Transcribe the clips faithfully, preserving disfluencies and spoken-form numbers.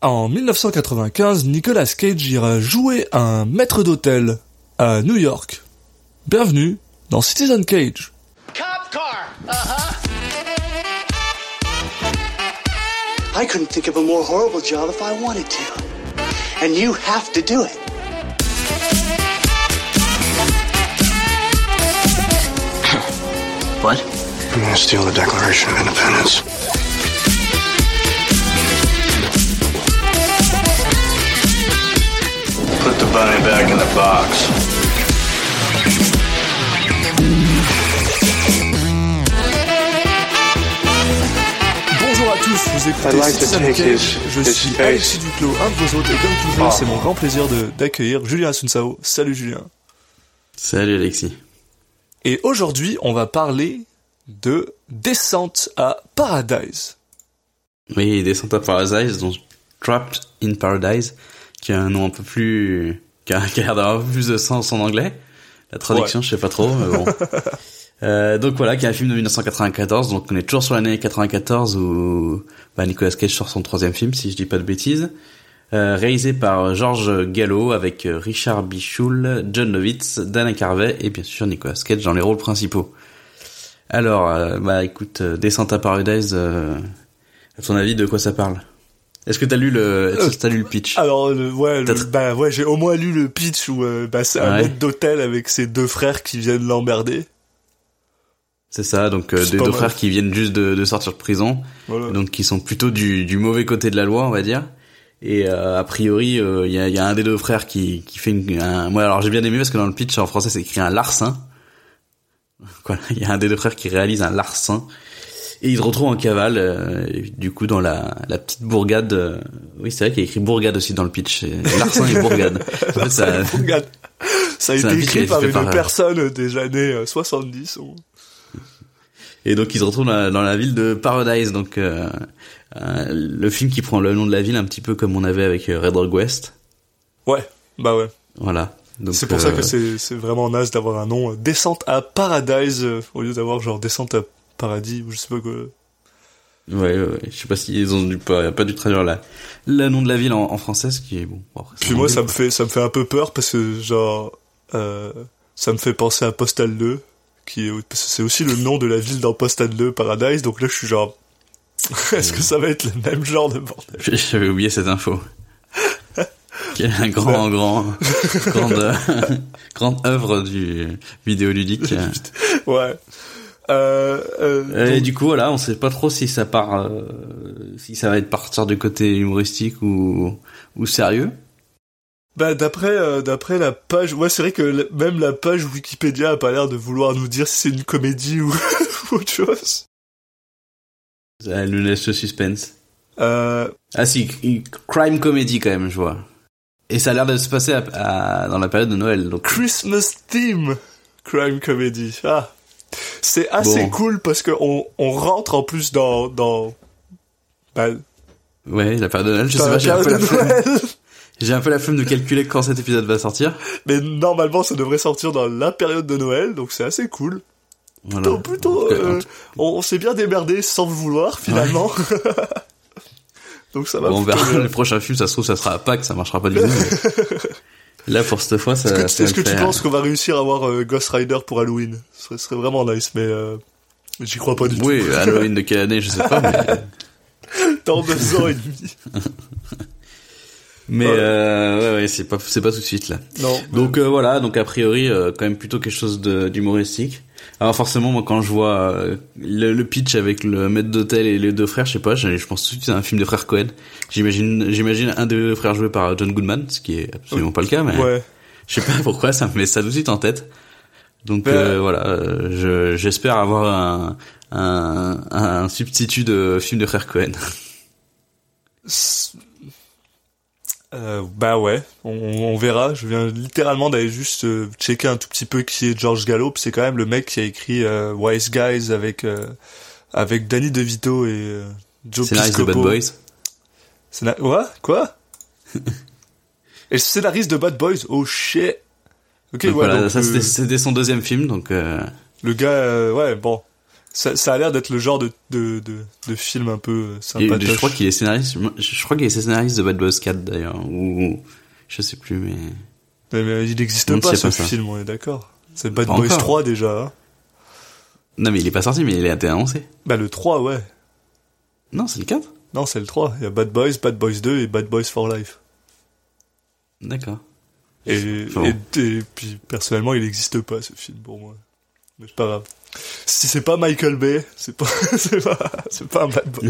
En dix-neuf cent quatre-vingt-quinze, Nicolas Cage ira jouer un maître d'hôtel à New York. Bienvenue dans Citizen Cage. Cop car. Uh-huh. I couldn't think of a more horrible job if I wanted to. And you have to do it. What? I'm gonna steal the Declaration of Independence. Put the bunny back in the box. Bonjour à tous, vous écoutez I'd like to Citizen take Cage. his- Je his suis space. Alexis Duclos, un de vos hôtes, et comme toujours, Oh. c'est mon grand plaisir de, d'accueillir Julien Asunsao. Salut Julien. Salut Alexis. Et aujourd'hui, on va parler de Descente à Paradise. Oui, Descente à Paradise, donc Trapped in Paradise, qui a un nom un peu plus... qui a, qui a l'air d'avoir un peu plus de sens en anglais. La traduction, Ouais. je sais pas trop, mais bon. euh, donc voilà, qui est un film de dix-neuf cent quatre-vingt-quatorze, donc on est toujours sur l'année quatre-vingt-quatorze où bah, Nicolas Cage sort son troisième film, si je dis pas de bêtises. Euh, réalisé par George Gallo avec Richard Bichul, John Lovitz, Dana Carvey et bien sûr Nicolas Cage dans les rôles principaux. Alors, euh, bah écoute, euh, Descente à Paradise, euh, à ton avis, de quoi ça parle? Est-ce que t'as lu le, est-ce que t'as lu le pitch? Alors, le, ouais, le- Peut-être. bah ouais, j'ai au moins lu le pitch où euh, bah, c'est un Ouais. maître d'hôtel avec ses deux frères qui viennent l'emmerder. C'est ça, donc euh, C'est des pas deux mal. frères qui viennent juste de, de sortir de prison, Voilà. donc qui sont plutôt du, du mauvais côté de la loi, on va dire. Et euh, a priori, il euh, y, a, y a un des deux frères qui, qui fait une... Un... Moi, alors j'ai bien aimé parce que dans le pitch en français c'est écrit un larcin. Voilà, il y a un des deux frères qui réalise un larcin. Et il se retrouve en cavale, euh, et du coup dans la, la petite bourgade. euh, Oui, c'est vrai qu'il y a écrit bourgade aussi dans le pitch. C'est larcin et bourgade. En fait, ça... Regarde. Ça a C'est un été pitch qui a écrit été par fait une par- personne des années euh, soixante-dix. ou- Et donc il se retrouve dans la, dans la ville de Paradise, donc euh, euh, le film qui prend le nom de la ville un petit peu comme on avait avec euh, Red Dog West. Ouais, bah ouais. Voilà. Donc, C'est pour ça euh, que c'est c'est vraiment naze d'avoir un nom euh, Descente à Paradise euh, au lieu d'avoir genre Descente à Paradis ou je sais pas quoi. Ouais, ouais, ouais. Je sais pas s'ils ont dû pas, pas dû traduire la, le nom de la ville en, en français, ce qui est bon. bon après, c'est Puis moi anglais, ça me quoi. fait ça me fait un peu peur parce que genre euh, ça me fait penser à Postal deux qui est parce que c'est aussi le nom de la ville dans Postal deux Paradise, donc là je suis genre est-ce que ça va être le même genre de bordel? J'avais oublié cette info. Quel un grand, grand, grande, euh, grande œuvre du vidéoludique. Ouais. Euh, euh, Et donc- du coup, voilà, on sait pas trop si ça part, euh, si ça va être partir du côté humoristique ou, ou sérieux. Bah d'après euh, d'après la page, ouais c'est vrai que la- même la page Wikipédia a pas l'air de vouloir nous dire si c'est une comédie ou, ou autre chose. Ça nous laisse le suspense. Euh, Ah si, crime comedy quand même, je vois. Et ça a l'air de se passer à, à- dans la période de Noël, donc. Christmas theme crime comedy. Ah, c'est assez Bon. cool parce que on on rentre en plus dans dans bah, Ouais, la période de Noël, je dans sais la pas, j'ai un peu période la de flemme. Noël. J'ai un peu la flemme de calculer quand cet épisode va sortir. Mais normalement ça devrait sortir dans la période de Noël, donc c'est assez cool. Voilà. Plutôt, plutôt, En tout cas, euh, en tout- on, on s'est bien démerdé sans le vouloir finalement. Donc ça va. bon, on plutôt verra bien. le prochain film, ça se trouve, ça sera à Pâques, ça marchera pas du tout. mais Là, pour cette fois, ça, Est-ce que, ça est-ce va que le tu faire. penses qu'on va réussir à avoir euh, Ghost Rider pour Halloween? Ce serait, ce serait vraiment nice, mais euh, j'y crois pas du Oui, Halloween de quelle année, je sais pas, mais... tout. Dans deux ans et demi. Mais Ouais. euh, ouais, ouais, c'est pas, c'est pas tout de suite là. Non. Donc euh, voilà, donc a priori euh, quand même plutôt quelque chose de, d'humoristique. Alors forcément, moi quand je vois euh, le, le pitch avec le maître d'hôtel et les deux frères, je sais pas, je, je pense tout de suite à un film de frères Cohen. J'imagine, j'imagine un des deux frères joué par John Goodman, ce qui est absolument pas le cas, mais Ouais. je sais pas pourquoi ça me met ça tout de suite en tête. Donc Ben, euh, voilà, euh, je, j'espère avoir un, un, un substitut de film de frères Cohen. C'est- Euh, bah ouais, on, on verra. Je viens littéralement d'aller juste euh, checker un tout petit peu qui est George Gallo. Puis c'est quand même le mec qui a écrit euh, Wise Guys avec euh, avec Danny DeVito et euh, Joe Scénariste de Piscopo. Bad Boys. Scénar- Ouais, quoi? Et le scénariste de Bad Boys. Oh shit. Ok, Donc ouais. voilà, donc, ça euh, c'était, c'était son deuxième film, donc euh, le gars, euh, ouais, bon. Ça, ça a l'air d'être le genre de de de, de film un peu sympatoche. Et je crois qu'il est scénariste. Je crois qu'il est scénariste de Bad Boys quatre d'ailleurs, ou je sais plus, mais. Mais, mais il n'existe pas ce pas film, on est d'accord. C'est Bad pas Boys encore. trois déjà. Hein. Non mais il est pas sorti, mais il a été annoncé. Bah le trois, ouais. Non, c'est le quatre. Non, c'est le trois. Il y a Bad Boys, Bad Boys deux et Bad Boys for Life. D'accord. Et, bon. et, et puis personnellement, il n'existe pas ce film pour moi. Mais c'est pas grave. Si c'est pas Michael Bay, c'est pas, c'est pas, c'est pas un Bad Boys.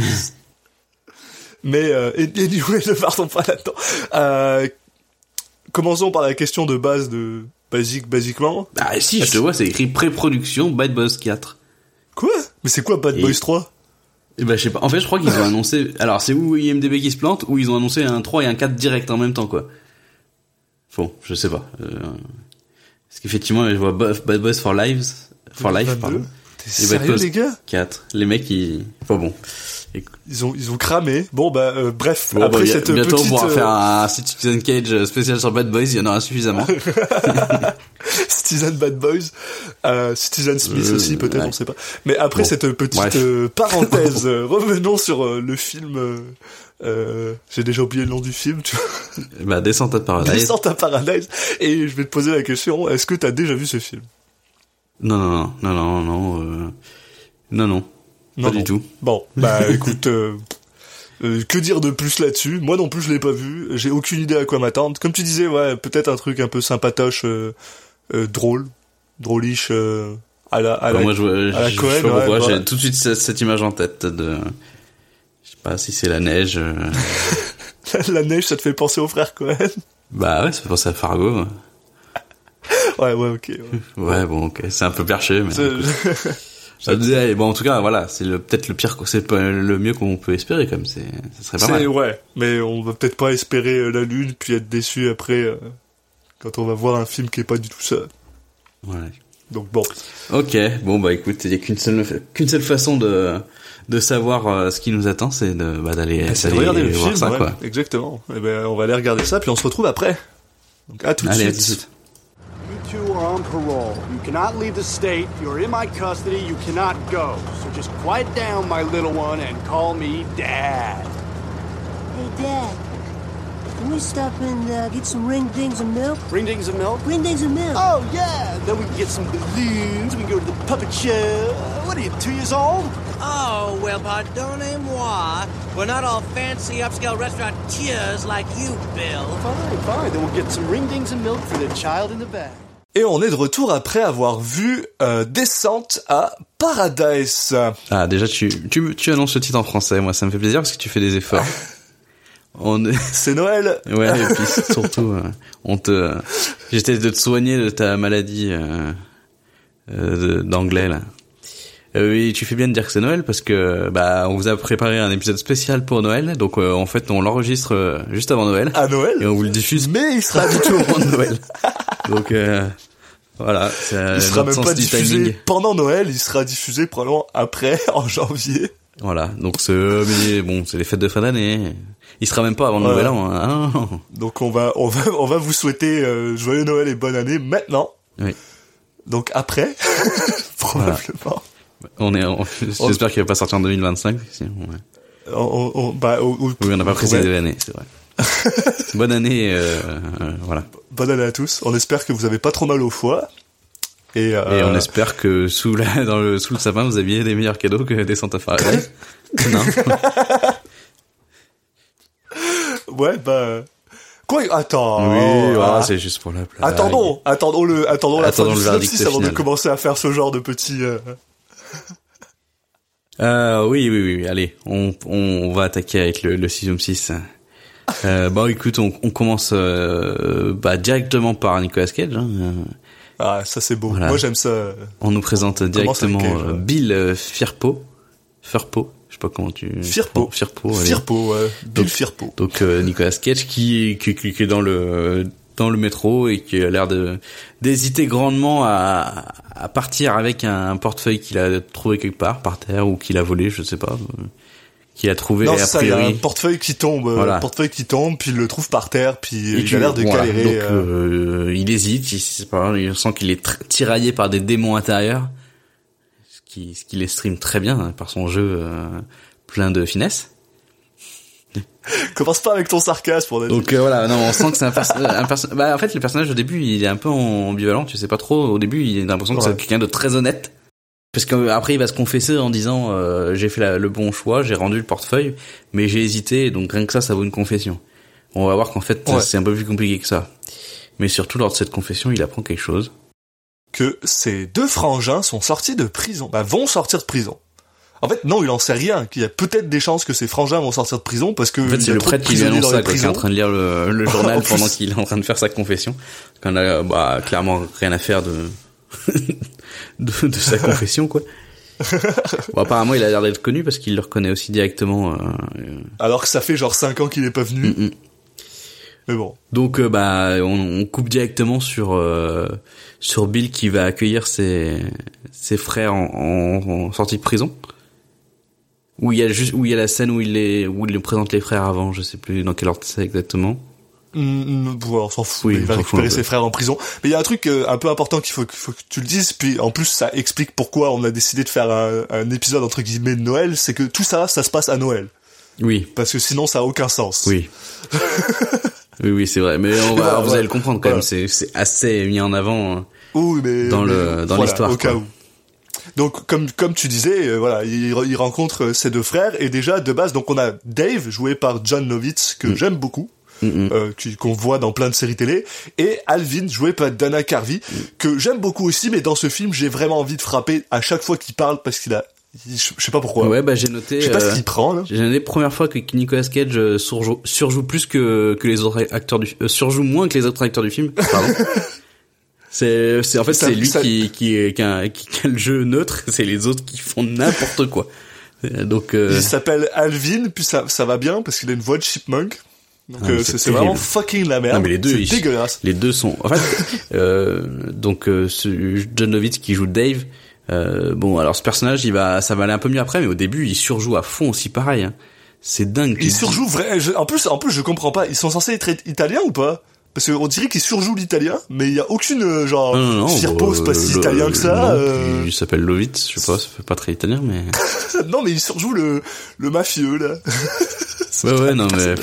Mais euh, anyway, ne partons pas là-dedans. Euh, commençons par la question de base de basique, basiquement. Ah si, je te vois, c'est écrit pré-production Bad Boys quatre. Quoi? Mais c'est quoi Bad et... Boys trois? Eh ben je sais pas. En fait, je crois qu'ils ont annoncé. Alors c'est où I M D B qui se plante, ou ils ont annoncé un trois et un quatre direct en même temps quoi. Bon, je sais pas. Euh... Parce qu'effectivement, je vois Bad Boys for Lives. For Life, pardon. T'es sérieux, les gars? quatre. Les mecs, ils... Enfin bon. Ils ont, ils ont cramé. Bon, bah, euh, bref. Bon, après bah, cette bientôt, petite... on pourra euh... faire un Citizen Cage spécial sur Bad Boys, il y en aura suffisamment. Citizen Bad Boys. Euh, Citizen Smith euh, aussi, peut-être, ouais. On sait pas. Mais après bon. cette petite euh, parenthèse, euh, revenons sur euh, le film... Euh, euh, j'ai déjà oublié le nom du film, tu vois. Bah, Descente à Paradise. Descente à Paradise. Et je vais te poser la question, est-ce que t'as déjà vu ce film? Non, non, non, non, non, euh... non, non, non, pas non. du tout. Bon, bah écoute, euh, euh, que dire de plus là-dessus? Moi non plus, je l'ai pas vu. J'ai aucune idée à quoi m'attendre. Comme tu disais, ouais, peut-être un truc un peu sympatoche, euh, euh, drôle, drôlish, euh, à la, à bah, la, moi, je, à la je, Cohen. Je ouais, vois, bah. J'ai tout de suite cette, cette image en tête de, je sais pas si c'est la neige. Euh... La neige, ça te fait penser aux frères Cohen? Bah ouais, ça fait penser à Fargo. Ouais, ouais, ok. Ouais, ouais bon, ok, c'est un peu perché, mais. Ça disait, bon, en tout cas, voilà, c'est le, peut-être le pire, c'est le mieux qu'on peut espérer, comme c'est, ça serait pas mal. Ouais, mais on va peut-être pas espérer la lune puis être déçu après euh, quand on va voir un film qui est pas du tout ça. Ouais. Donc bon. Ok, bon bah écoute, il y a qu'une seule, qu'une seule façon de de savoir euh, ce qui nous attend, c'est de bah, d'aller, bah, c'est d'aller de regarder le voir film, ça, ouais, quoi. Exactement. Et ben on va aller regarder ça, puis on se retrouve après. Donc à tout de Allez, suite. À tout de suite. You two are on parole. You cannot leave the state. You're in my custody. You cannot go. So just quiet down, my little one, and call me Dad. Hey, Dad. Can we stop and uh, get some ring dings and milk? Ring dings and milk? Ring dings and milk. Oh, yeah. Then we can get some balloons. We can go to the puppet show. What are you, two years old? Oh, well, pardonnez-moi. We're not all fancy upscale restaurateurs like you, Bill. Fine, fine. Then we'll get some ring dings and milk for the child in the back. Et on est de retour après avoir vu euh, Descente à Paradise. Ah, déjà, tu, tu, tu annonces le titre en français. Moi, ça me fait plaisir parce que tu fais des efforts. On... C'est Noël. Ouais, et puis surtout, euh, on te, j'étais de te soigner de ta maladie euh, euh, d'anglais là. Euh, oui, tu fais bien de dire que c'est Noël parce que bah on vous a préparé un épisode spécial pour Noël, donc euh, en fait on l'enregistre euh, juste avant Noël. À Noël. Et on vous le diffuse, mais il sera pas du tout au moment de Noël. Donc euh, voilà, c'est il sera même pas diffusé timing. Pendant Noël, il sera diffusé probablement après en janvier. Voilà, donc c'est mais bon, c'est les fêtes de fin d'année. Il sera même pas avant le voilà. Nouvel An. Hein. Ah. Donc on va on va on va vous souhaiter euh, joyeux Noël et bonne année maintenant. Oui. Donc après probablement. Voilà. On est on, j'espère on... qu'il va pas sortir en deux mille vingt-cinq sinon, ouais. on, on, bah on, on, oui, on n'a pas précisé l'année, c'est vrai. Bonne année euh, euh, voilà. Bonne année à tous. On espère que vous avez pas trop mal au foie. Et, euh... et on espère que sous la dans le sous le sapin vous aviez des meilleurs cadeaux que Descente à Paradise. Non. Ouais, bah... Quoi? Attends... Oui, oh, ah, ah. c'est juste pour la blague. Attendons, attendons le, attendons la attendons fin le du verdict synopsis avant final. de commencer à faire ce genre de petits... Euh... euh, oui, oui, oui, allez, on, on va attaquer avec le, le synopsis. euh, bah écoute, on, on commence euh, bah, directement par Nicolas Cage. Hein. Ah, ça c'est beau. Voilà. Moi j'aime ça. On nous présente on directement Cage, ouais. Bill Firpo. Firpo. Je sais pas comment tu... Firpo. Firpo, Firpo, ouais. Bill donc, Firpo. Donc, euh, Nicolas Cage qui, qui, qui est dans le, dans le métro et qui a l'air de, d'hésiter grandement à, à partir avec un portefeuille qu'il a trouvé quelque part, par terre, ou qu'il a volé, je sais pas. Qu'il a trouvé, non, a ça, priori. il y a un portefeuille qui tombe, voilà. un portefeuille qui tombe, puis il le trouve par terre, puis et il tu, a l'air de voilà. galérer. Donc, euh... euh, il hésite, il sait pas, il sent qu'il est tiraillé par des démons intérieurs. qui ce qui les stream très bien hein, par son jeu euh, plein de finesse. Commence pas avec ton sarcasme pour Donc euh, voilà, non, on sent que c'est un personnage. Un perso- bah en fait, le personnage au début, il est un peu ambivalent. Tu sais pas trop. Au début, il a l'impression que ouais. c'est quelqu'un de très honnête. Parce qu'après, il va se confesser en disant euh, j'ai fait la, le bon choix, j'ai rendu le portefeuille, mais j'ai hésité. Donc rien que ça, ça vaut une confession. On va voir qu'en fait, ouais. c'est un peu plus compliqué que ça. Mais surtout lors de cette confession, il apprend quelque chose. Que ces deux frangins sont sortis de prison. Bah vont sortir de prison. En fait, non, il en sait rien. Qu'il y a peut-être des chances que ces frangins vont sortir de prison parce que. En fait, c'est le prêtre qui lui annonce ça, qui est en train de lire le, le journal pendant qu'il est en train de faire sa confession. Qu'on a, bah, clairement rien à faire de, de, de sa confession, quoi. Bon, apparemment, il a l'air d'être connu parce qu'il le reconnaît aussi directement. Euh... Alors que ça fait genre cinq ans qu'il est pas venu. Mm-mm. Mais bon. Donc, euh, bah, on, on coupe directement sur euh, sur Bill qui va accueillir ses ses frères en, en, en sortie de prison. Où il y a juste, où il y a la scène où il les, où il lui présente les frères avant, je sais plus dans quel ordre c'est exactement. Mmh, bon, on s'en fout, oui, il va récupérer ses frères en prison. Mais il y a un truc euh, un peu important qu'il faut, qu'il faut que tu le dises, puis en plus ça explique pourquoi on a décidé de faire un, un épisode entre guillemets de Noël, c'est que tout ça, ça se passe à Noël. Oui. Parce que sinon ça a aucun sens. Oui. oui, oui, c'est vrai. Mais on va, vous ouais, allez le comprendre quand ouais. même, c'est, c'est assez mis en avant oui, mais, dans mais, le, dans voilà, l'histoire. Au quoi. cas où. Donc comme comme tu disais, euh, voilà, il, il rencontre ses deux frères et déjà de base, donc on a Dave joué par Jon Lovitz que mm. j'aime beaucoup, mm-hmm. euh, qui, qu'on voit dans plein de séries télé, et Alvin joué par Dana Carvey mm. que j'aime beaucoup aussi, mais dans ce film j'ai vraiment envie de frapper à chaque fois qu'il parle parce qu'il a, je sais pas pourquoi. Ouais, bah j'ai noté. Je sais pas euh, ce qu'il prend. Là. J'ai noté première fois que Nicolas Cage surjoue, surjoue plus que que les autres acteurs du, euh, surjoue moins que les autres acteurs du film. Pardon. C'est, c'est en fait ça, c'est lui ça... qui qui qui a, qui a le jeu neutre, c'est les autres qui font n'importe quoi. Donc euh... il s'appelle Alvin, puis ça ça va bien parce qu'il a une voix de chipmunk. Donc ah, euh, c'est, c'est vraiment fucking la merde. Non mais les deux, c'est ils, dégueulasse. Les deux sont en fait euh, donc euh, ce Jon Lovitz qui joue Dave. Euh, bon alors ce personnage il va ça va aller un peu mieux après, mais au début il surjoue à fond aussi pareil. Hein. C'est dingue. Il surjoue vrai. Je, en plus en plus je comprends pas. Ils sont censés être italiens ou pas? Parce qu'on dirait qu'il surjoue l'italien, mais il y a aucune genre non, non, Firpo, c'est pas si italien que ça. Non, euh... Il s'appelle Lovitz, je sais pas, ça fait pas très italien, mais. non, mais il surjoue le le mafieux là. ouais ouais non mais.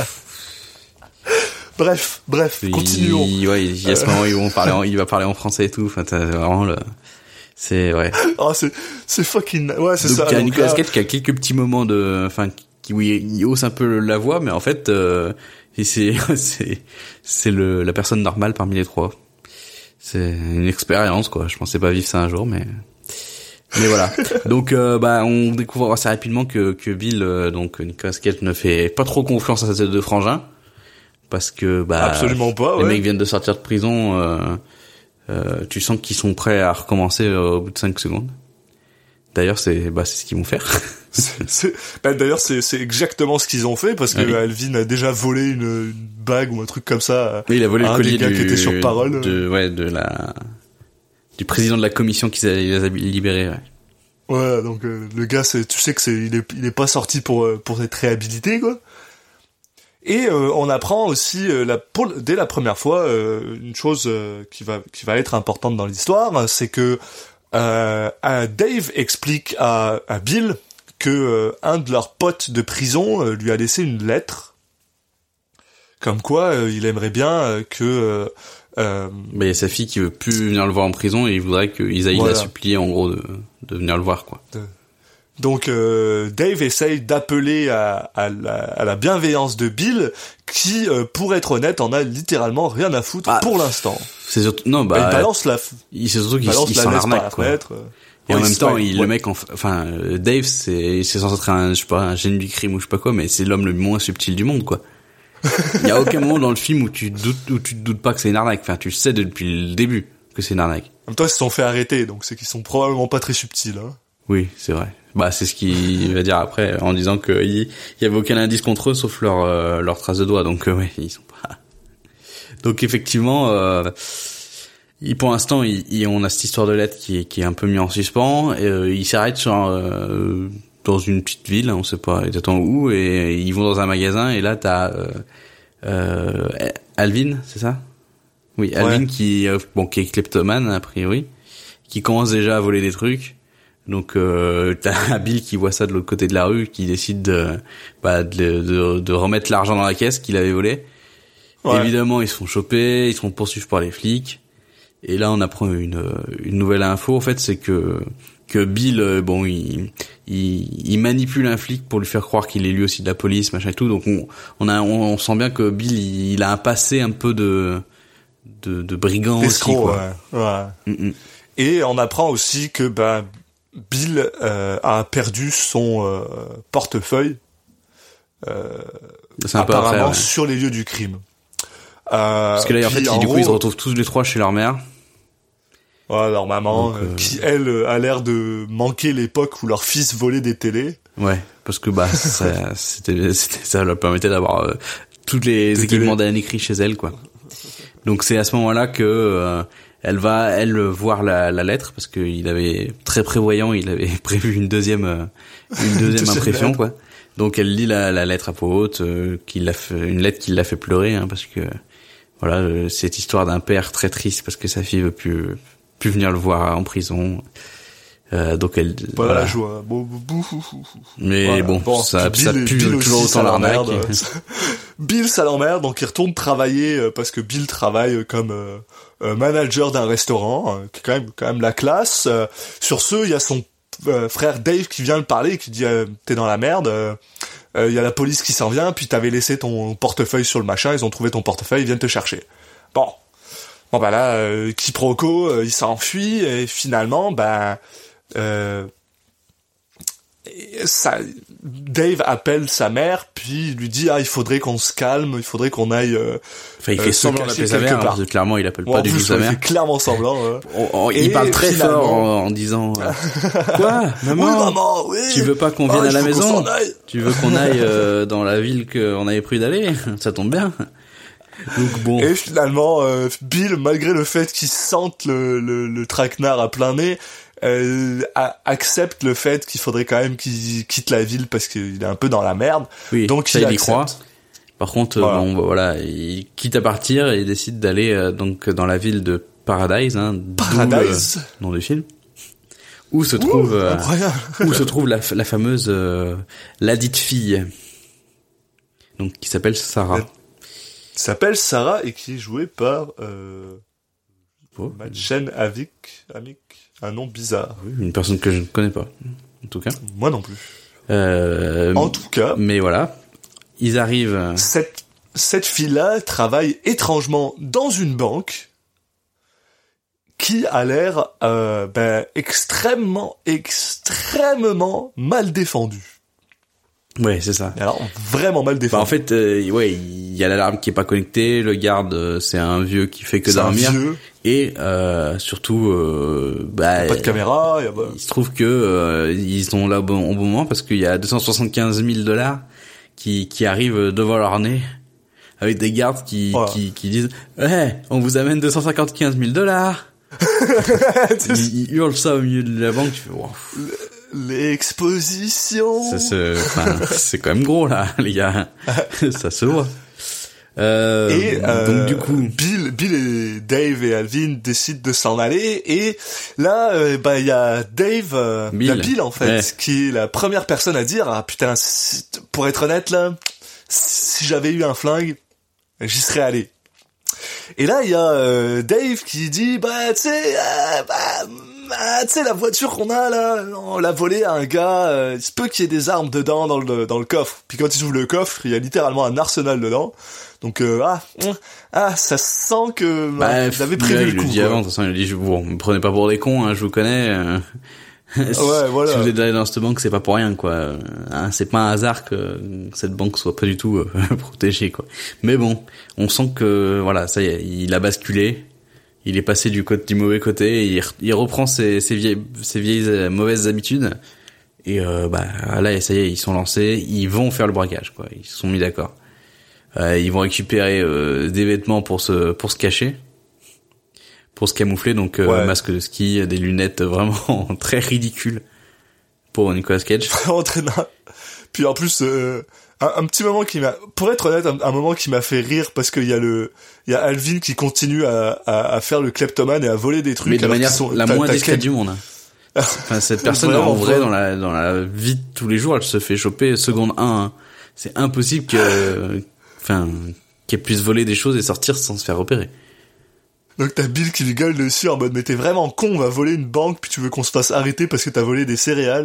Bref bref continuons. Il, ouais il y a ce moment où ils vont parler, en, il va parler en français et tout. Enfin t'as vraiment le. C'est ouais. Oh c'est c'est fucking ouais c'est donc, ça. Il y a donc, Nicolas là... Cage qui a quelques petits moments de, enfin qui où il, il hausse un peu la voix, mais en fait. Euh, Et c'est c'est c'est le la personne normale parmi les trois. C'est une expérience quoi. Je pensais pas vivre ça un jour, mais mais voilà. Donc euh, bah on découvre assez rapidement que que Bill euh, donc Nicolas Cage ne fait pas trop confiance à ses deux frangins parce que bah absolument pas. Les ouais. mecs viennent de sortir de prison. Euh, euh, tu sens qu'ils sont prêts à recommencer euh, au bout de cinq secondes. D'ailleurs c'est bah c'est ce qu'ils vont faire. c'est, c'est, bah d'ailleurs c'est c'est exactement ce qu'ils ont fait parce que oui. Alvin a déjà volé une, une bague ou un truc comme ça. Oui, il a volé le collier des gars du, qui était sur parole. De ouais de la du président de la commission qui les a libérés. Ouais. Ouais donc euh, le gars c'est tu sais que c'est il est il est pas sorti pour pour être réhabilité quoi. Et euh, on apprend aussi euh, la pour, dès la première fois euh, une chose euh, qui va qui va être importante dans l'histoire, c'est que Euh, Dave explique à, à Bill que euh, un de leurs potes de prison euh, lui a laissé une lettre, comme quoi euh, il aimerait bien euh, que. Euh, euh, bah, il y a sa fille qui veut plus venir le voir en prison et il voudrait que Isaïe voilà. l'a supplié en gros de, de venir le voir quoi. De... Donc euh, Dave essaye d'appeler à, à, la, à la bienveillance de Bill, qui, euh, pour être honnête, en a littéralement rien à foutre ah, pour l'instant. C'est surtout non bah. bah il balance la. Il c'est surtout qu'il il s'en arnaque quoi. Fenêtre. Et ouais, en même temps, il, ouais. le mec, enfin Dave, c'est c'est censé être un, je sais pas, un génie du crime ou je sais pas quoi, mais c'est l'homme le moins subtil du monde quoi. Il y a aucun moment dans le film où tu doutes où tu te doutes pas que c'est une arnaque. Enfin, tu sais depuis le début que c'est une arnaque. En même temps, ils se sont fait arrêter, donc c'est qu'ils sont probablement pas très subtils. Hein. Oui, c'est vrai. Bah c'est ce qu'il va dire après en disant que il y avait aucun indice contre eux sauf leur euh, leur trace de doigt. Donc euh, ouais, ils sont pas. Donc effectivement, euh, il, pour l'instant, il, il, on a cette histoire de lettre qui est qui est un peu mis en suspens. Et, euh, il s'arrête sur euh, dans une petite ville, on sait pas exactement où, et ils vont dans un magasin et là t'as euh, euh, Alvin, c'est ça? Oui, Alvin ouais. qui euh, bon qui est kleptomane a priori, qui commence déjà à voler des trucs. Donc euh, t'as Bill qui voit ça de l'autre côté de la rue, qui décide de bah de de, de remettre l'argent dans la caisse qu'il avait volé. Ouais. Évidemment, ils se font choper, ils se font poursuivre par les flics. Et là, on apprend une une nouvelle info. En fait, c'est que que Bill, bon, il il, il manipule un flic pour lui faire croire qu'il est lui aussi de la police, machin et tout. Donc on on a on, on sent bien que Bill, il, il a un passé un peu de de, de brigand aussi, quoi. Ouais. ouais. Mm-mm. Et on apprend aussi que bah Bill euh, a perdu son euh, portefeuille euh, apparemment après, ouais. sur les lieux du crime. Euh, Parce que là, en fait, en du gros, coup, ils se retrouvent tous les trois chez leur mère. Ouais, leur maman, Donc, euh... qui elle a l'air de manquer l'époque où leur fils volait des télés. Ouais, parce que bah ça, c'était, c'était, ça leur permettait d'avoir euh, tous les des équipements d'Alan écrits chez elle, quoi. Donc c'est à ce moment-là que euh, elle va, elle, voir la, la lettre, parce qu'il avait, très prévoyant, il avait prévu une deuxième, euh, une deuxième impression, quoi. Donc elle lit la, la lettre à peau haute, euh, qui l'a fait, une lettre qui l'a fait pleurer, hein, parce que, voilà, euh, cette histoire d'un père très triste, parce que sa fille veut plus, plus venir le voir en prison. Euh, donc elle, pas voilà. la joie. Bon, bou, bou, bou. Mais voilà. bon, bon, ça, Bill, ça pue Bill toujours aussi, autant l'arnaque. Bill, ça l'emmerde, donc il retourne travailler, parce que Bill travaille comme euh, euh, manager d'un restaurant, euh, qui est quand même, quand même la classe. Euh, sur ce, il y a son euh, frère Dave qui vient le parler, qui dit euh, t'es dans la merde. Euh, il euh, y a la police qui s'en vient, puis t'avais laissé ton portefeuille sur le machin, ils ont trouvé ton portefeuille, ils viennent te chercher. Bon, bon bah là, euh, quiproquo, euh, il s'enfuit et finalement, bah, euh, ça, Dave appelle sa mère, puis lui dit ah il faudrait qu'on se calme, il faudrait qu'on aille. Euh, enfin, il fait euh, semblant d'appeler sa mère, parce que clairement il appelle bon, pas du tout sa mère. Il fait clairement semblant. Euh. On, on, il parle très fort en, en disant euh, quoi, maman, oui, maman, oui. Tu veux pas qu'on vienne ah, à la maison? Tu veux qu'on aille euh, dans la ville qu'on avait prévu d'aller? Ça tombe bien. Donc bon. Et finalement, euh, Bill, malgré le fait qu'il sente le, le, le traquenard à plein nez, euh, a, accepte le fait qu'il faudrait quand même qu'il quitte la ville parce qu'il est un peu dans la merde. Oui, donc ça, il, il y croit. Par contre, voilà. bon, bah, voilà, il quitte à partir et il décide d'aller euh, donc dans la ville de Paradise, hein, Paradise, le nom du film, où se trouve, Ouh, euh, où se trouve la, la fameuse euh, ladite fille, donc qui s'appelle Sarah. Elle s'appelle Sarah et qui est jouée par euh, oh. Madchen Avik, Amik, un nom bizarre. Oui, une personne que je ne connais pas, en tout cas. Moi non plus. Euh, en tout cas. Mais voilà, ils arrivent. Cette cette fille-là travaille étrangement dans une banque qui a l'air euh, ben extrêmement extrêmement mal défendue. Ouais, c'est ça. Alors vraiment mal défendu. Bah, en fait, euh, ouais, il y a l'alarme qui est pas connectée. Le garde, euh, c'est un vieux qui fait que c'est dormir. Un vieux. Et euh, surtout, euh, bah, y a pas de caméra. Y a pas... Il se trouve que euh, ils sont là au bon, au bon moment parce qu'il y a deux cent soixante-quinze mille dollars qui qui arrivent devant leur nez avec des gardes qui voilà. qui qui disent, hey, on vous amène deux cent cinquante-quinze mille dollars. ils, ils hurlent ça au milieu de la banque. Tu fais, wow. L'exposition. Ça se, enfin, c'est quand même gros là, les gars. Ça se voit. Euh, et euh, donc du coup, Bill, Bill et Dave et Alvin décident de s'en aller. Et là, euh, bah il y a Dave, euh, Bill. y a Bill en fait, ouais. qui est la première personne à dire ah putain, si, pour être honnête là, si j'avais eu un flingue, j'y serais allé. Et là, il y a euh, Dave qui dit bah tu sais, euh, bah Ah, tu sais la voiture qu'on a là, on l'a volée à un gars, euh, il se peut qu'il y ait des armes dedans dans le dans le coffre. Puis quand ils ouvrent le coffre, il y a littéralement un arsenal dedans. Donc euh, ah ah ça sent que bah, vous avez prévu le coup. Il le dit avant, de toute façon, il dit bon, me prenez pas pour des cons, hein, je vous connais. Euh... ouais, voilà. Si vous êtes allé dans cette banque, c'est pas pour rien, quoi. Hein, c'est pas un hasard que cette banque soit pas du tout euh, protégée, quoi. Mais bon, on sent que voilà, ça y est, il a basculé. Il est passé du côté du mauvais côté, et il, il reprend ses, ses vieilles, ses vieilles euh, mauvaises habitudes. Et euh, bah là, ça y est, ils sont lancés, ils vont faire le braquage, quoi. Ils se sont mis d'accord. Euh, ils vont récupérer euh, des vêtements pour se pour se cacher, pour se camoufler. Donc euh, ouais. Masque de ski, des lunettes vraiment très ridicules pour Nicolas Cage. Vraiment très naze. Puis en plus. Euh... Un, un petit moment qui m'a, pour être honnête, un, un moment qui m'a fait rire parce qu'il y a le, il y a Alvin qui continue à, à, à faire le kleptomane et à voler des trucs. Mais de manière sont, la moins discrète du monde. Enfin, cette personne, en vrai, dans la, dans la vie de tous les jours, elle se fait choper seconde un, hein. C'est impossible que, enfin, qu'elle puisse voler des choses et sortir sans se faire repérer. Donc t'as Bill qui lui gueule dessus en mode, mais t'es vraiment con, on va voler une banque, puis tu veux qu'on se fasse arrêter parce que t'as volé des céréales.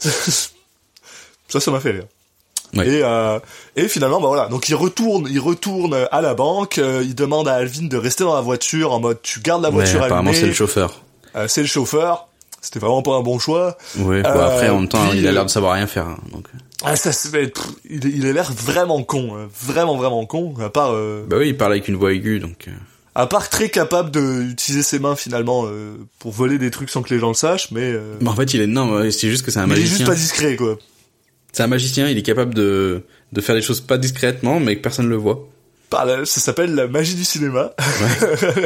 Ça, ça m'a fait rire. Ouais. Et, euh, et finalement, bah voilà. Donc il retourne, il retourne à la banque, euh, il demande à Alvin de rester dans la voiture en mode, tu gardes la voiture ouais, allumée. apparemment c'est le chauffeur. Euh, c'est le chauffeur. C'était vraiment pas un bon choix. Ouais, bon, euh, après, en même temps, puis, il a l'air de savoir rien faire, hein, donc. Ah, ça se fait, pff, il, il a l'air vraiment con, hein, vraiment, vraiment con, à part, euh, Bah oui, il parle avec une voix aiguë, donc. Euh... à part très capable d'utiliser ses mains, finalement, euh, pour voler des trucs sans que les gens le sachent, mais, euh... Mais en fait, il est, non, c'est juste que c'est un mais magicien. il est juste pas discret, quoi. C'est un magicien, il est capable de, de faire des choses pas discrètement, mais que personne le voit. Par la, ça s'appelle la magie du cinéma. Ouais.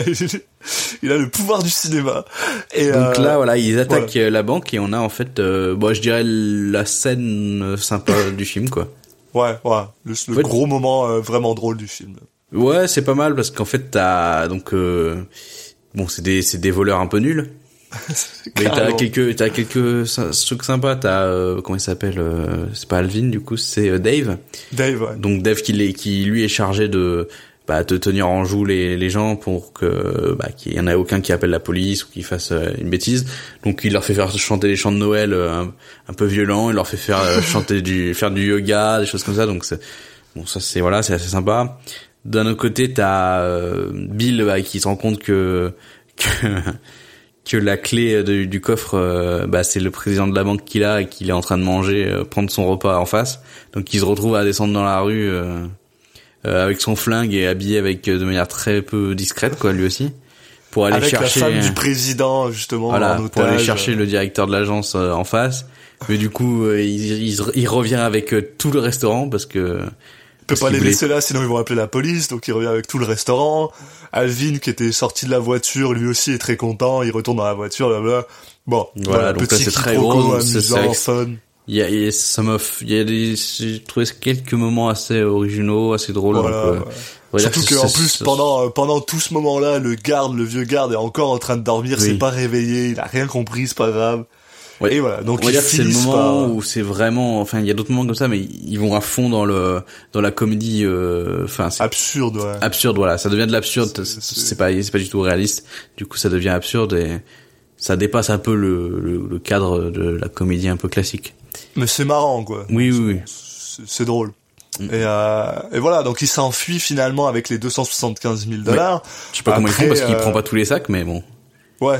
Il a le pouvoir du cinéma. Et donc euh, là, voilà, ils attaquent voilà. la banque et on a en fait, euh, bon, je dirais la scène sympa du film, quoi. Ouais, ouais, le, le ouais. gros moment euh, vraiment drôle du film. Ouais, c'est pas mal parce qu'en fait, t'as donc, euh, bon, c'est des, c'est des voleurs un peu nuls. Mais t'as quelques, t'as quelques trucs sympas. T'as euh, comment il s'appelle euh, c'est pas Alvin du coup, c'est euh, Dave. Dave. Ouais. Donc Dave qui, les, qui lui est chargé de bah de tenir en joue les, les gens pour que bah qu'il y en ait aucun qui appelle la police ou qui fasse euh, une bêtise. Donc il leur fait faire chanter les chants de Noël euh, un, un peu violents. Il leur fait faire euh, chanter du faire du yoga, des choses comme ça. Donc c'est, bon ça c'est voilà c'est assez sympa. D'un autre côté t'as euh, Bill bah, qui se rend compte que que que la clé de, du coffre, euh, bah c'est le président de la banque qu'il a et qu'il est en train de manger, euh, prendre son repas en face. Donc il se retrouve à descendre dans la rue euh, euh, avec son flingue et habillé avec euh, de manière très peu discrète, quoi, lui aussi, pour aller avec chercher la femme du président justement. Voilà, en otage. pour aller chercher le directeur de l'agence euh, en face. Mais du coup, euh, il, il, il revient avec euh, tout le restaurant parce que il peut pas les laisser là, sinon ils vont appeler la police, donc il revient avec tout le restaurant. Alvin, qui était sorti de la voiture, lui aussi est très content, il retourne dans la voiture, blablabla. Bon, voilà, voilà donc petit là, c'est très quiproquo gros, amusant, c'est, fun. Il y a, il y a, ça m'a, il y a des, j'ai trouvé quelques moments assez originaux, assez drôles. Voilà, donc, euh, ouais. Surtout que, en plus, pendant, pendant tout ce moment-là, le garde, le vieux garde est encore en train de dormir, oui. c'est pas réveillé, il a rien compris, c'est pas grave. Ouais. Et voilà, donc on va dire que c'est le moment par... où c'est vraiment, enfin il y a d'autres moments comme ça, mais ils vont à fond dans le dans la comédie, enfin euh, c'est absurde, ouais. absurde, voilà, ça devient de l'absurde, c'est, c'est, c'est... c'est pas c'est pas du tout réaliste, du coup ça devient absurde et ça dépasse un peu le le, le cadre de la comédie un peu classique. Mais c'est marrant, quoi. Oui, oui, oui. C'est, c'est drôle. Mm. Et, euh, et voilà, donc il s'enfuit finalement avec les deux cent soixante-quinze mille dollars. Je sais pas Après, comment ils font parce qu'il euh... prend pas tous les sacs, mais bon. Ouais.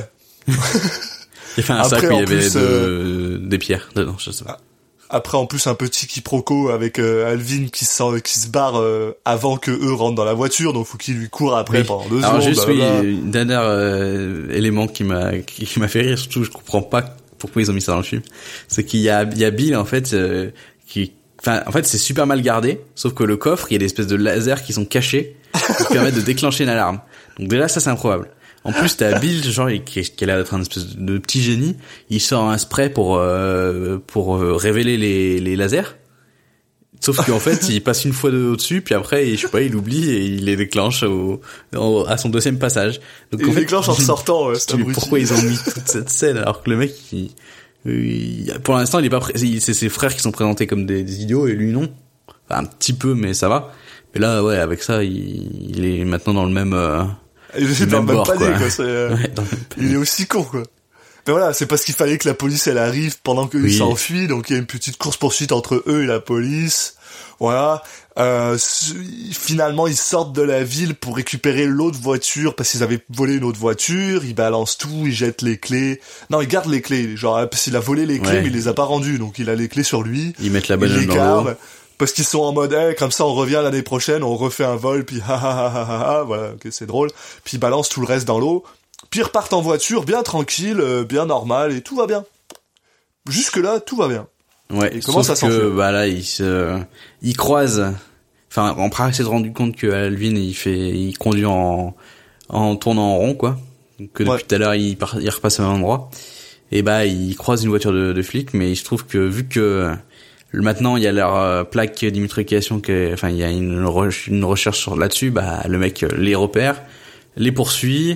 Il fait un Après, sac où il y avait plus, de, euh... des pierres dedans, je sais pas. Après, en plus, un petit quiproquo avec euh, Alvin qui se, qui se barre euh, avant que eux rentrent dans la voiture, donc faut qu'il lui court après oui. pendant deux Alors secondes. Alors juste, oui, une dernière euh, élément qui m'a qui, qui m'a fait rire, surtout je comprends pas pourquoi ils ont mis ça dans le film, c'est qu'il y a il y a Bill en fait euh, qui, enfin en fait c'est super mal gardé, sauf que le coffre, il y a des espèces de lasers qui sont cachés qui permettent de déclencher une alarme. Donc déjà ça c'est improbable. En plus, t'as Bill, genre, qui, qui a l'air d'être un espèce de petit génie. Il sort un spray pour euh, pour euh, révéler les, les lasers. Sauf qu'en fait, il passe une fois de au-dessus, puis après, je sais pas, il oublie et il les déclenche au, au à son deuxième passage. Donc, il en fait, déclenche en sortant. Ouais, c'est pourquoi ils ont mis toute cette scène alors que le mec, il, il, pour l'instant, il est pas pré- c'est ses frères qui sont présentés comme des, des idiots et lui non. Enfin, un petit peu, mais ça va. Mais là, ouais, avec ça, il, il est maintenant dans le même. Euh, Il est dans le même panier, quoi. C'est, euh, ouais, dans le même panier. Il est aussi con, quoi. Mais voilà, c'est parce qu'il fallait que la police, elle arrive pendant qu'ils oui. s'enfuient, donc il y a une petite course-poursuite entre eux et la police. Voilà. Euh, finalement, ils sortent de la ville pour récupérer l'autre voiture, parce qu'ils avaient volé une autre voiture, ils balancent tout, ils jettent les clés. Non, ils gardent les clés. Genre, parce qu'il a volé les clés, ouais. mais il les a pas rendues, donc il a les clés sur lui. Ils mettent la bagnole dans l'eau. Parce qu'ils sont en mode, hey, comme ça on revient l'année prochaine, on refait un vol, puis ha ha ha ha ha, voilà, ok, c'est drôle. Puis ils balancent tout le reste dans l'eau. Puis ils repartent en voiture, bien tranquille, euh, bien normal, et tout va bien. Jusque là, tout va bien. Ouais. Et comment ça s'enfuit ? Bah là, ils se, ils croisent. Enfin, on s'est rendu compte que Alvin, il fait, il conduit en, en tournant en rond, quoi. Que depuis ouais. tout à l'heure, il, part, il repasse au même endroit. Et bah, il croise une voiture de, de flic, mais il se trouve que vu que maintenant, il y a leur euh, plaque d'immatriculation que, enfin, il y a une, re- une recherche sur là-dessus. Bah, le mec les repère, les poursuit,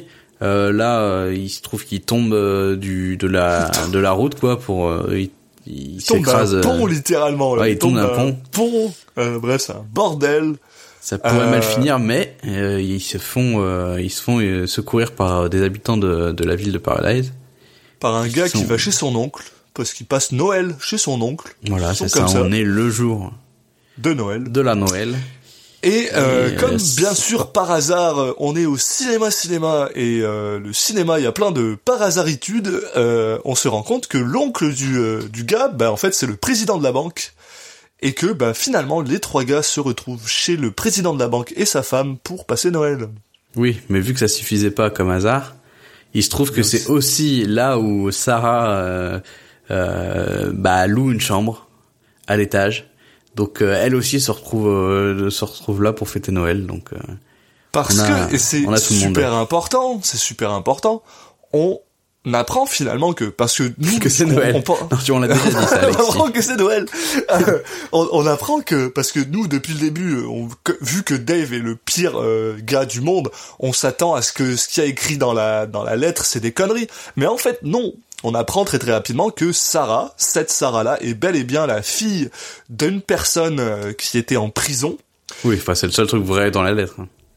Euh, là, euh, il se trouve qu'il tombe euh, du de la de la route quoi pour euh, il, il, il tombe s'écrase. d'un pont littéralement. Là. Ouais, il, il tombe d'un d'un pont. pont. Euh, bref, c'est un bordel. Ça pourrait euh... mal finir, mais euh, ils se font euh, ils se font euh, secourir par des habitants de de la ville de Paradise. Par un gars sont... qui va chez son oncle parce qu'il passe Noël chez son oncle. Voilà, c'est ça, ça. On est le jour de Noël. De la Noël. Et, euh, et comme euh, bien sûr par hasard on est au cinéma cinéma et euh, le cinéma il y a plein de par hasaritudes, euh, on se rend compte que l'oncle du euh, du gars bah en fait c'est le président de la banque et que bah finalement les trois gars se retrouvent chez le président de la banque et sa femme pour passer Noël. Oui, mais vu que ça suffisait pas comme hasard, il se trouve que oui, c'est aussi là où Sarah euh, euh, bah loue une chambre à l'étage. Donc euh, elle aussi se retrouve euh, se retrouve là pour fêter Noël. Donc euh, parce a, que et c'est super important, c'est super important. On apprend finalement que parce que nous que c'est Noël. On, on, non, tu on l'a déjà dit ça. Alexis. On apprend que c'est Noël. on, on apprend que parce que nous depuis le début, on, que, vu que Dave est le pire euh, gars du monde, on s'attend à ce que ce qu'il y a écrit dans la dans la lettre c'est des conneries. Mais en fait non. On apprend très très rapidement que Sarah, cette Sarah-là, est bel et bien la fille d'une personne euh, qui était en prison. Oui, enfin c'est le seul truc vrai dans la lettre.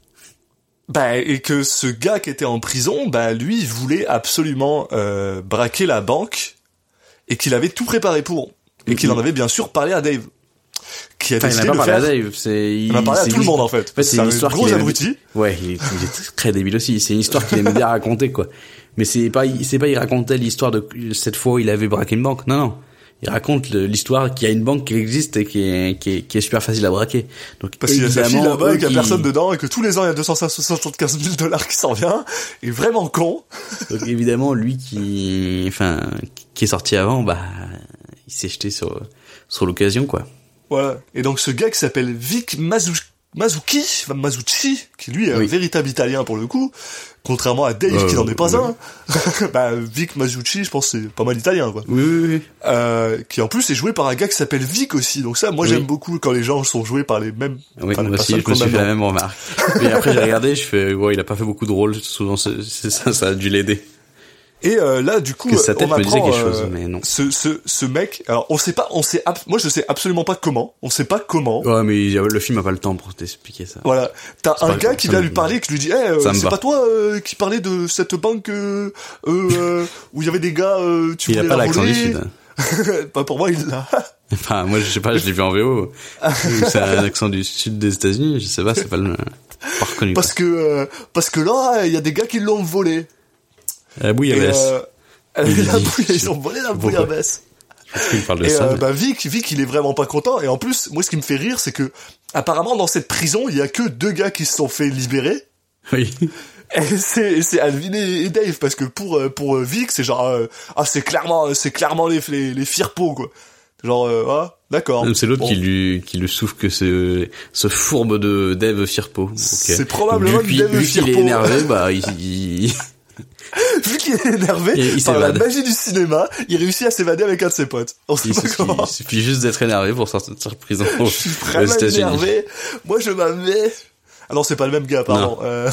Bah et que ce gars qui était en prison, bah lui il voulait absolument euh, braquer la banque et qu'il avait tout préparé pour et mm-hmm. qu'il en avait bien sûr parlé à Dave. Qui a enfin, décidé il a pas de parlé faire. à Dave, c'est il, il a parlé à tout le monde en fait. En fait c'est, c'est une histoire gros abruti. Ouais, il est, il est très débile aussi. C'est une histoire qu'il aimait bien raconter quoi. Mais c'est pas, c'est pas, il racontait l'histoire de cette fois où il avait braqué une banque. Non, non. Il raconte l'histoire qu'il y a une banque qui existe et qui est, qui est, qui est super facile à braquer. Donc, parce qu'il y a sa fille là-bas et qu'il y a personne dedans et que tous les ans il y a deux cent soixante-quinze mille dollars qui s'en vient. Il est vraiment con. Donc, évidemment, lui qui, enfin, qui est sorti avant, bah, il s'est jeté sur, sur l'occasion, quoi. Voilà. Et donc, ce gars qui s'appelle Vic Mazuki, Mazuki, Mazucci, qui lui est oui. un véritable italien pour le coup, contrairement à Dave euh, qui n'en est pas oui. un. Bah Vic Mazucci, je pense que c'est pas mal italien quoi. Oui oui oui. Euh, qui en plus est joué par un gars qui s'appelle Vic aussi. Donc ça moi oui. j'aime beaucoup quand les gens sont joués par les mêmes Oui, moi aussi je me suis fait la même remarque. Mais après j'ai regardé, je fais ouais, il a pas fait beaucoup de rôles, souvent c'est, c'est ça ça a dû l'aider. Et euh, là, du coup, que sa tête on me apprend disait quelque chose, euh, mais non. Ce, ce, ce mec. Alors, on sait pas. On sait. Moi, je sais absolument pas comment. On sait pas comment. Ouais, mais le film a pas le temps pour t'expliquer ça. Voilà. T'as c'est un gars qui vient lui parler, qui lui dit, eh, hey, c'est pas toi euh, qui parlais de cette banque euh, euh, où il y avait des gars. Euh, tu il a pas l'accent du sud. Pas pour moi, il l'a. Enfin, moi, je sais pas. Je l'ai vu en V O. C'est un accent du sud des États-Unis. Je sais pas. C'est pas le. Pas reconnu. Parce quoi. que euh, parce que là, il y a des gars qui l'ont volé. La bouillabaisse. Euh, la bouille, ils ont volé la bouillabaisse. Il parle de et ça. Euh, mais... bah Vic, Vic, il est vraiment pas content. Et en plus, moi, ce qui me fait rire, c'est que apparemment dans cette prison, il y a que deux gars qui se sont fait libérer. Oui. Et c'est c'est Alvin et Dave parce que pour pour Vic, c'est genre euh, ah c'est clairement c'est clairement les les, les firpos quoi. Genre euh, ah d'accord. C'est l'autre bon. qui lui qui lui souffle que c'est ce fourbe de Dave Firpo. Okay. C'est probablement vu, Dave vu Firpo. Vu qu'il est énervé, bah il, il... vu qu'il est énervé il, il par la magie du cinéma, il réussit à s'évader avec un de ses potes. On sait il pas suffit, comment. Il suffit juste d'être énervé pour sortir de prison. Je suis vraiment énervé. Moi je m'avais. Ah non, c'est pas le même gars, pardon. Euh...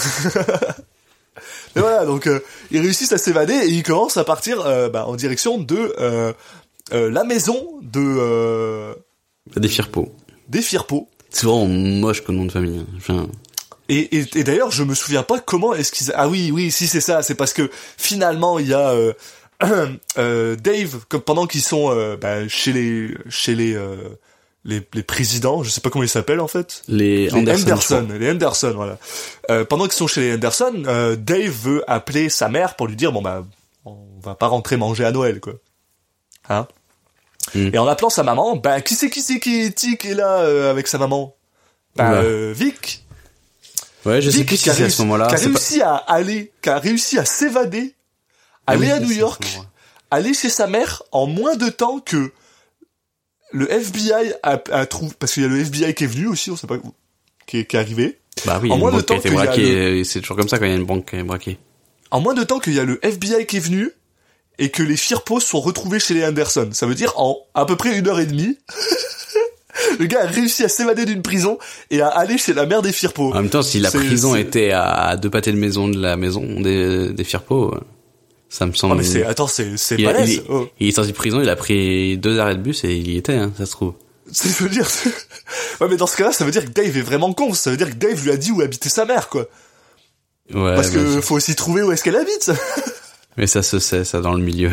Mais voilà, donc euh, ils réussissent à s'évader et ils commencent à partir euh, bah, en direction de euh, euh, la maison de euh, des Firpo. Des Firpo. C'est vraiment moche comme nom de famille. Enfin... Et, et, et d'ailleurs, je me souviens pas comment est-ce qu'ils... Ah oui, oui, si c'est ça, c'est parce que finalement il y a euh, euh, Dave, comme pendant qu'ils sont euh, bah, chez les chez les euh, les, les présidents, je sais pas comment ils s'appellent en fait. Les, les Anderson. Anderson, les Anderson, voilà. Euh, pendant qu'ils sont chez les Anderson, euh, Dave veut appeler sa mère pour lui dire bon bah on va pas rentrer manger à Noël quoi. Hein. Mm. Et en appelant sa maman, bah qui c'est qui c'est qui est, qui est là euh, avec sa maman? Bah ouais. euh, Vic. Ouais, je Vic sais plus si c'est à ce moment-là. Qui a réussi pas... à aller, qui a réussi à s'évader, ah aller oui, à New York, aller chez sa mère en moins de temps que le F B I a, a trouvé, parce qu'il y a le F B I qui est venu aussi, on sait pas, qui est, qui est arrivé. Bah oui, en moins une de banque temps qui a été braquée, le... c'est toujours comme ça quand il y a une banque qui est braquée. En moins de temps qu'il y a le F B I qui est venu, et que les Firpos sont retrouvés chez les Anderson. Ça veut dire en à peu près une heure et demie, Le gars a réussi à s'évader d'une prison et à aller chez la mère des Firpo. En même temps, si la C'est- prison c'est- était à deux pâtés de maison de la maison des, des Firpo, ça me semble... Oh, mais c'est, attends, c'est, c'est il, a- balèze. il, est- Oh. il est sorti de prison, il a pris deux arrêts de bus et il y était, hein, ça se trouve. Ça veut dire, ouais, mais dans ce cas-là, ça veut dire que Dave est vraiment con. Ça veut dire que Dave lui a dit où habitait sa mère, quoi. Ouais, Parce que mais, faut aussi trouver où est-ce qu'elle habite. mais ça se sait, ça, dans le milieu.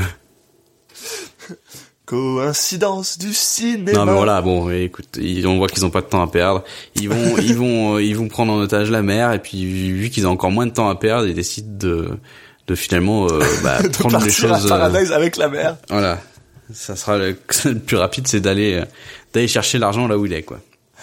Coïncidence du cinéma. Non mais voilà, bon, écoute, ils- on voit qu'ils ont pas de temps à perdre. Ils vont, ils vont, euh, ils vont prendre en otage la mère et puis vu qu'ils ont encore moins de temps à perdre, ils décident de, de finalement euh, bah, de prendre les partir choses. à euh, Paradise avec la mère. voilà, ça sera le, le plus rapide, c'est d'aller, euh, d'aller chercher l'argent là où il est, quoi.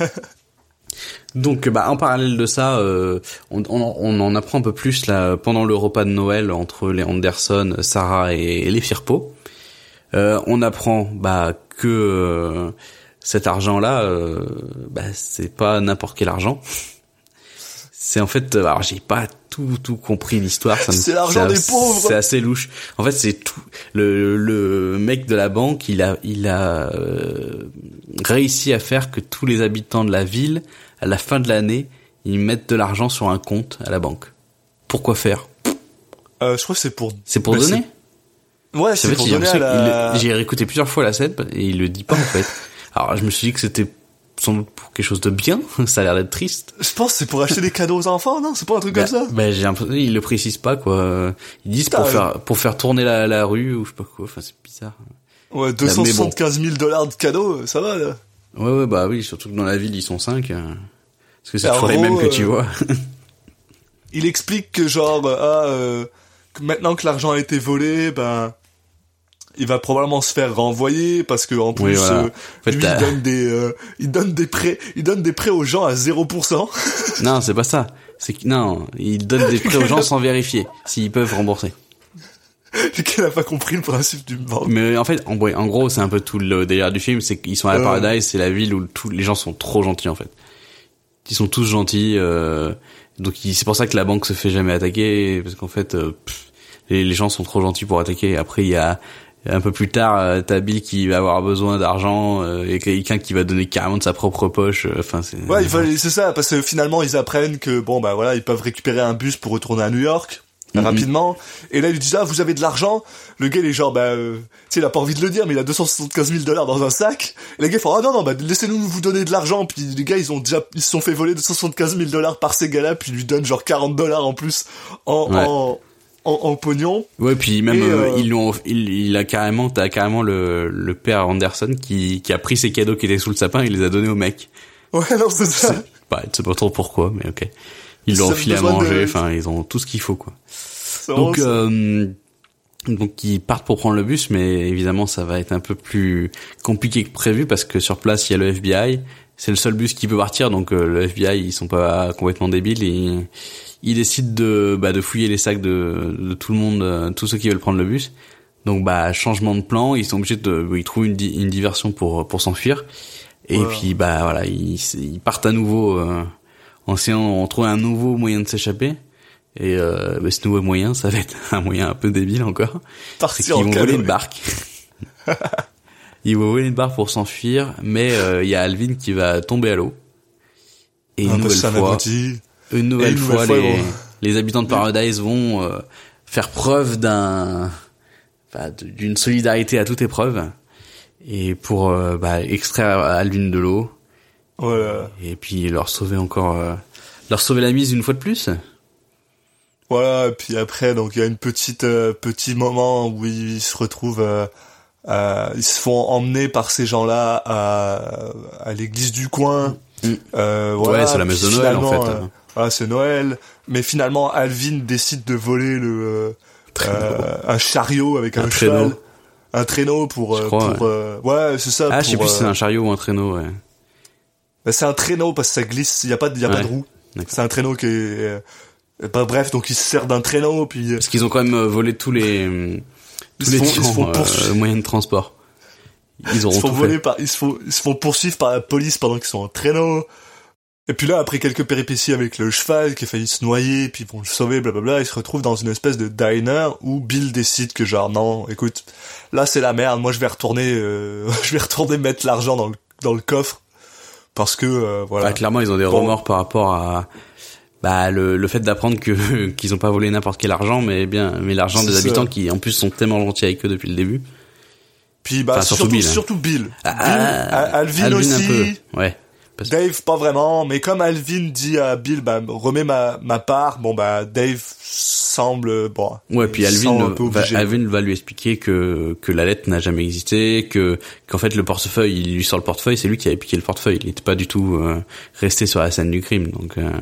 Donc, bah, en parallèle de ça, euh, on, on, on en apprend un peu plus là pendant le repas de Noël entre les Anderson, Sarah et, et les Firpo. Euh, on apprend bah que euh, cet argent-là, euh, bah c'est pas n'importe quel argent. C'est en fait, alors j'ai pas tout tout compris l'histoire. Ça me, C'est l'argent des assez- pauvres. C'est assez louche. En fait, c'est tout. Le le mec de la banque, il a il a euh, réussi à faire que tous les habitants de la ville, à la fin de l'année, ils mettent de l'argent sur un compte à la banque. Pourquoi faire? Euh, je crois que c'est pour. C'est pour bah, donner. c'est- Ouais, C'est c'est en pour fait, j'ai donner à l'impression la. qu'il- j'ai réécouté plusieurs fois la scène et il le dit pas en fait. Alors je me suis dit que c'était sans doute pour quelque chose de bien. Ça a l'air d'être triste. Je pense que c'est pour acheter des cadeaux aux enfants, non? C'est pas un truc Bah, comme ça? bah, j'ai l'impression il le précise pas quoi. Ils disent Putain, pour ouais. faire pour faire tourner la, la rue ou je sais pas quoi. Enfin c'est bizarre. Ouais, deux cent mais bon. soixante-quinze mille dollars de cadeaux, ça va, là. Ouais ouais bah oui, surtout que dans la ville ils sont cinq. euh, Parce que c'est En toujours les gros, mêmes que tu euh, vois. Il explique que genre, euh, ah, euh, que maintenant que l'argent a été volé, ben, il va probablement se faire renvoyer parce que en plus, Oui, voilà. euh, En fait, lui, il t'as- donne des, euh, il donne des prêts, il donne des prêts aux gens à zéro pour cent. Non c'est pas ça. C'est que non ils donnent des prêts aux gens sans vérifier s'ils peuvent rembourser. Qu'elle a pas compris le principe du banque. Mais en fait, en, ouais, en gros, c'est un peu tout le délire du film, c'est qu'ils sont à la Ouais. Paradise, c'est la ville où tous les gens sont trop gentils en fait. Ils sont tous gentils, euh, donc il- c'est pour ça que la banque se fait jamais attaquer, parce qu'en fait, euh, pff, les, les gens sont trop gentils pour attaquer. Après, il y a un peu plus tard, euh, t'as Bill qui va avoir besoin d'argent euh, et quelqu'un qui va donner carrément de sa propre poche. Enfin, c'est. Ouais, il fallait, c'est ça, parce que finalement, ils apprennent que, bon, bah voilà, ils peuvent récupérer un bus pour retourner à New York, Mhm. rapidement. Et là, ils lui disent, ah, vous avez de l'argent? Le gars, il est genre, bah, euh, tu sais, il a pas envie de le dire, mais il a deux cent soixante-quinze mille dollars dans un sac. Et les gars font, ah non, non, bah, laissez-nous vous donner de l'argent. Puis les gars, ils ont déjà, ils se sont fait voler deux cent soixante-quinze mille dollars par ces gars-là, puis ils lui donnent genre quarante dollars en plus en, Ouais. en, en, en pognon. Ouais, puis même Et, euh, euh, ils l'ont, il, il a carrément, t'as carrément le, le père Anderson qui, qui a pris ses cadeaux qui étaient sous le sapin, et il les a donnés au mec. Ouais, non, c'est ça. Bah, tu sais pas trop pourquoi, mais ok. Ils l'ont Ils ont filé à besoin manger, de- enfin, ils ont tout ce qu'il faut, quoi. C'est Donc, vraiment ça. euh, donc ils partent pour prendre le bus, mais évidemment, ça va être un peu plus compliqué que prévu parce que sur place, il y a le F B I. C'est le seul bus qui peut partir, donc euh, le F B I, ils sont pas complètement débiles et ils, ils décident de, bah, de fouiller les sacs de, de tout le monde, euh, tous ceux qui veulent prendre le bus. Donc, bah, changement de plan, ils sont obligés de, ils trouvent une, di- une diversion pour pour s'enfuir. Et Ouais. puis, bah, voilà, ils, ils partent à nouveau euh, en essayant de trouver un nouveau moyen de s'échapper. Et euh, bah, ce nouveau moyen, ça va être un moyen un peu débile encore. C'est Partir qu'ils en vont voler canoë. une barque. Ils vont voler une barque pour s'enfuir, mais euh, il y a Alvin qui va tomber à l'eau. Et une Un peu nouvelle ça, fois, dit. une nouvelle Et une fois, nouvelle fois, les, ils vont- les habitants de Paradise vont euh, faire preuve d'un, enfin, de- d'une solidarité à toute épreuve, et pour euh, bah, extraire Alvin de l'eau, Voilà. et puis leur sauver encore, euh, leur sauver la mise une fois de plus. Voilà, et puis après, donc il y a une petite euh, petit moment où ils se retrouvent, euh, à- ils se font emmener par ces gens-là à, à l'église du coin. Mm. Euh, voilà, Ouais, c'est la messe de puis Noël, en finalement, fait. euh, voilà, c'est Noël. Mais finalement, Alvin décide de voler le euh, euh, un chariot avec un, Un cheval, traîneau. un traîneau pour Je euh, crois, pour euh, ouais, c'est ça. Ah, je sais pour, plus si c'est euh, un chariot ou un traîneau. Ouais. bah, c'est un traîneau parce que ça glisse. Il y a pas de, il y a Ouais. pas de roue. D'accord. C'est un traîneau qui est euh, bah, bref, donc il se sert d'un traîneau puis euh, Parce qu'ils ont quand même euh, volé tous les euh, tous Ils les se font- ils se font différents, poursuivre. euh, moyens de transport. Ils ils auront se font tout voler fait. par, ils se font, ils se font poursuivre par la police pendant qu'ils sont en traîneau. Et puis là, après quelques péripéties avec le cheval qui a failli se noyer, puis ils vont le sauver, blablabla, ils se retrouvent dans une espèce de diner où Bill décide que genre, non, écoute, là c'est la merde, moi je vais retourner, euh, je vais retourner mettre l'argent dans le, dans le coffre. parce que euh, voilà. Bah, clairement, ils ont des bon. remords par rapport à bah le, le fait d'apprendre que qu'ils ont pas volé n'importe quel argent, mais bien mais l'argent C'est des ça. habitants qui en plus sont tellement gentils avec eux depuis le début. Puis bah Enfin, surtout surtout Bill, hein. surtout Bill. Ah, Bill, ah, Alvin, Alvin aussi. un peu. Ouais. Parce... Dave pas vraiment, mais comme Alvin dit à Bill, bah remets ma ma part. Bon bah Dave semble bon. Ouais, puis il Alvin sent un peu va, obligé. Alvin va lui expliquer que que la lettre n'a jamais existé, que qu'en fait le portefeuille, il lui sort le portefeuille, c'est lui qui avait piqué le portefeuille. Il était pas du tout euh, resté sur la scène du crime, donc. Euh...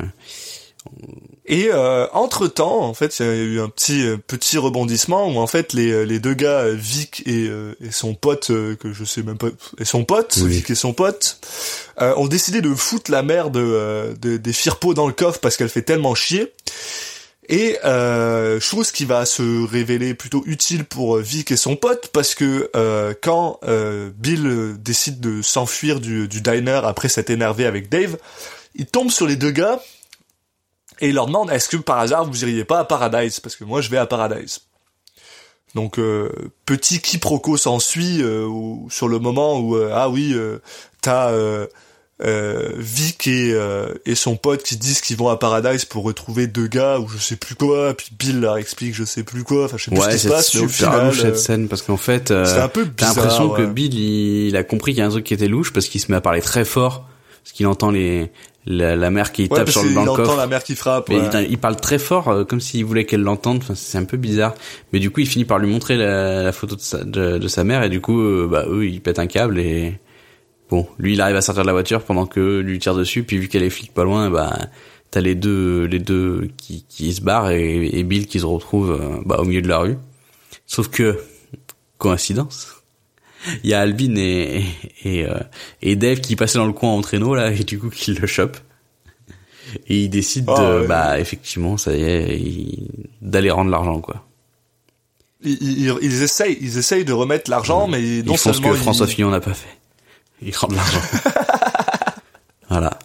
Et euh, entre temps, en fait, il y a eu un petit euh, petit rebondissement où en fait les les deux gars euh, Vic et euh, et son pote euh, que je sais même pas et son pote Oui. Vic et son pote euh, ont décidé de foutre la mère de, euh, de des Firpo dans le coffre parce qu'elle fait tellement chier. Et euh, chose qui va se révéler plutôt utile pour Vic et son pote parce que euh, quand euh, Bill décide de s'enfuir du du diner après s'être énervé avec Dave, il tombe sur les deux gars. Et il leur demande, est-ce que par hasard vous iriez pas à Paradise? Parce que moi je vais à Paradise. Donc euh, petit quiproquo s'ensuit euh, où, sur le moment où euh, ah oui euh, t'as euh, euh, Vic et, euh, et son pote qui disent qu'ils vont à Paradise pour retrouver deux gars ou je sais plus quoi, puis Bill leur explique je sais plus quoi, enfin je sais plus Ouais, ce qui se c'est passe, mais au super final louche cette euh, scène parce qu'en fait, euh, c'est un peu t'as bizarre, l'impression que ouais. Bill il, il a compris qu'il y a un truc qui était louche parce qu'il se met à parler très fort parce qu'il entend les la, la mère qui ouais, tape parce sur le qu'il dans le entend coffre. la mère qui frappe. Mais Ouais. il, il parle très fort, euh, comme s'il voulait qu'elle l'entende. Enfin, c'est un peu bizarre. Mais du coup, il finit par lui montrer la, la photo de sa, de, de sa mère, et du coup, euh, bah eux, ils pètent un câble et bon, lui, il arrive à sortir de la voiture pendant que lui tire dessus. Puis vu qu'elle est flic pas loin, bah t'as les deux, les deux qui, qui se barrent et, et Bill qui se retrouve euh, bah au milieu de la rue. Sauf que coïncidence. Il y a Alvin et et, euh, et Dave qui passaient dans le coin en traîneau là et du coup qui le chopent. Et ils décident oh, de, ouais. bah effectivement ça y est, ils, d'aller rendre l'argent quoi. Ils, ils, ils essayent, ils essayent de remettre l'argent, mais non ils font ce seulement que François ils... Fillon n'a pas fait. Ils rendent l'argent. Voilà.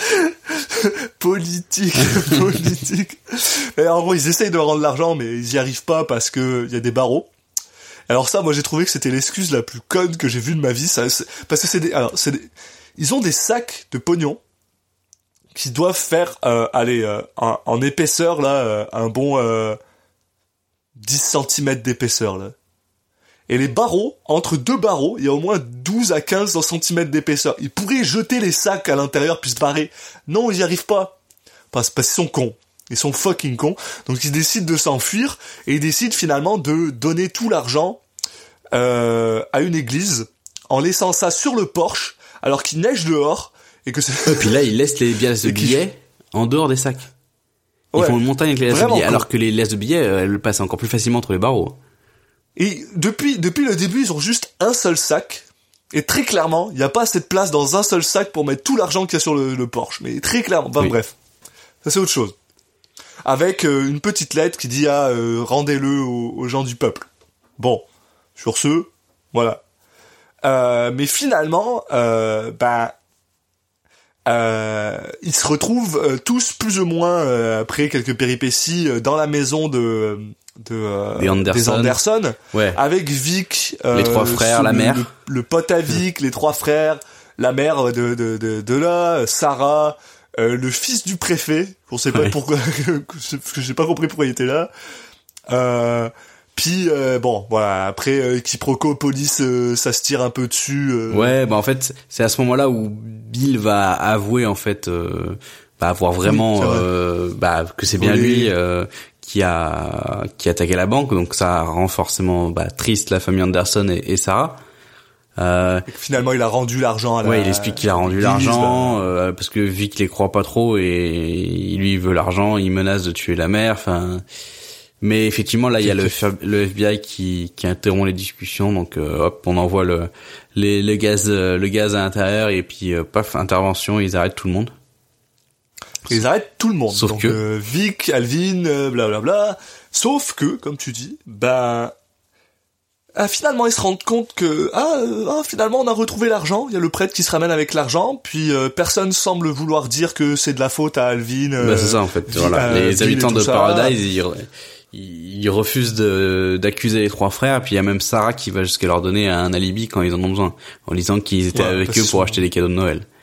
politique, politique. Et en gros, ils essayent de rendre l'argent, mais ils y arrivent pas parce que il y a des barreaux. Alors ça, moi, j'ai trouvé que c'était l'excuse la plus conne que j'ai vue de ma vie. Ça, c'est... parce que c'est des, alors c'est des... ils ont des sacs de pognon qui doivent faire, euh, allez, euh, en, en épaisseur là, euh, un bon euh, dix centimètres d'épaisseur là. Et les barreaux, entre deux barreaux, il y a au moins douze à quinze centimètres d'épaisseur. Ils pourraient jeter les sacs à l'intérieur puis se barrer. Non, ils y arrivent pas. Parce, parce qu'ils sont cons. Ils sont fucking cons. Donc ils décident de s'enfuir et ils décident finalement de donner tout l'argent euh, à une église en laissant ça sur le porche alors qu'il neige dehors et que c'est... Et puis là, ils laissent les liasses de billets en dehors des sacs. Ils Ouais, font une montagne avec les liasses de vraiment billets, con. alors que les liasses de billets, euh, elles passent encore plus facilement entre les barreaux. Et depuis, depuis le début, ils ont juste un seul sac. Et très clairement, il n'y a pas assez de place dans un seul sac pour mettre tout l'argent qu'il y a sur le, le Porsche. Mais très clairement, enfin Oui. bref. Ça c'est autre chose. Avec euh, une petite lettre qui dit ah, euh, rendez-le aux, aux gens du peuple. Bon, sur ce, voilà. Euh, mais finalement, euh, ben, euh, ils se retrouvent euh, tous plus ou moins euh, après quelques péripéties euh, dans la maison de de euh, Des Anderson. des Anderson, Ouais. avec Vic, euh, Les trois frères, ce- la le, mère. le, le pote à Vic, les trois frères, la mère de de de, de là, Sarah, euh, le fils du préfet, on sait pas Ouais. pourquoi, parce que j'ai pas compris pourquoi il était là. Euh, puis euh, bon, voilà, après euh, quiproquo, police, euh, ça se tire un peu dessus. Euh, Ouais, bah en fait, c'est à ce moment-là où Bill va avouer en fait, euh, bah avoir vraiment, Oui, c'est vrai. euh, bah que c'est bien Oui. lui euh, qui a qui a attaqué la banque, donc ça rend forcément bah, triste la famille Anderson et, et Sarah. Euh, Et que finalement, il a rendu l'argent à la... ouais, il explique qu'il a rendu l'église, l'argent bah. euh, parce que Vic les croit pas trop et lui il veut l'argent, il menace de tuer la mère. Enfin, mais effectivement là il y a le, F- le F B I qui qui interrompt les discussions, donc euh, hop on envoie le les le gaz euh, le gaz à l'intérieur et puis euh, paf intervention, ils arrêtent tout le monde. Et ils arrêtent tout le monde. Sauf Donc, que- euh, Vic, Alvin, euh, blablabla. Sauf que, comme tu dis, ben... ah, finalement, ils se rendent compte que... Ah, euh, ah, finalement, on a retrouvé l'argent. Il y a le prêtre qui se ramène avec l'argent. Puis, euh, personne semble vouloir dire que c'est de la faute à Alvin. Euh, Bah c'est ça en fait. Vi- Voilà, euh, les Bill et habitants tout de ça. Paradise ils, ils, ils refusent de d'accuser les trois frères. Et puis il y a même Sarah qui va jusqu'à leur donner un alibi quand ils en ont besoin, en disant qu'ils étaient Ouais, avec parce eux qu'ils pour sont- acheter des cadeaux de Noël.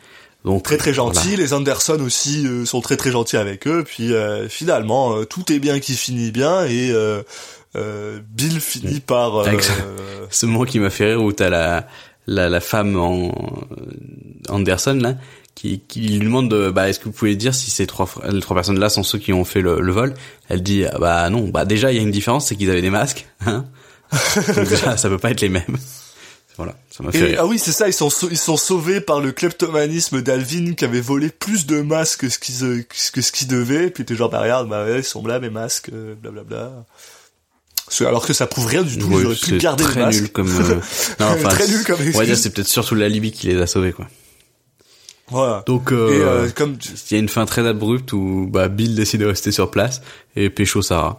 Donc très très gentils. voilà. Les Anderson aussi euh, sont très très gentils avec eux. Puis euh, finalement, euh, tout est bien qui finit bien et euh, euh, Bill finit par euh, Avec ce, ce moment qui m'a fait rire où t'as la la, la femme en Anderson là qui, qui lui demande de, bah est-ce que vous pouvez dire si ces trois les trois personnes là sont ceux qui ont fait le, le vol. Elle dit bah non, bah déjà il y a une différence, c'est qu'ils avaient des masques, hein. Donc déjà ça peut pas être les mêmes. Voilà, ça m'a fait et, rire. ah oui, c'est ça, ils sont ils sont sauvés par le kleptomanisme d'Alvin qui avait volé plus de masques que ce qu'ils que ce qu'ils devaient. Puis t'es genre bah regarde, bah ouais, ils sont là mes masques, blablabla. Alors que ça prouve rien du tout, Oui, ils auraient pu garder les très masques. nul comme euh... non, enfin, très nul comme excuse. On va dire c'est peut-être surtout l'alibi qui les a sauvés quoi. Voilà. Donc euh, et euh, comme il y a une fin très abrupte où bah Bill décide de rester sur place et pécho Sarah.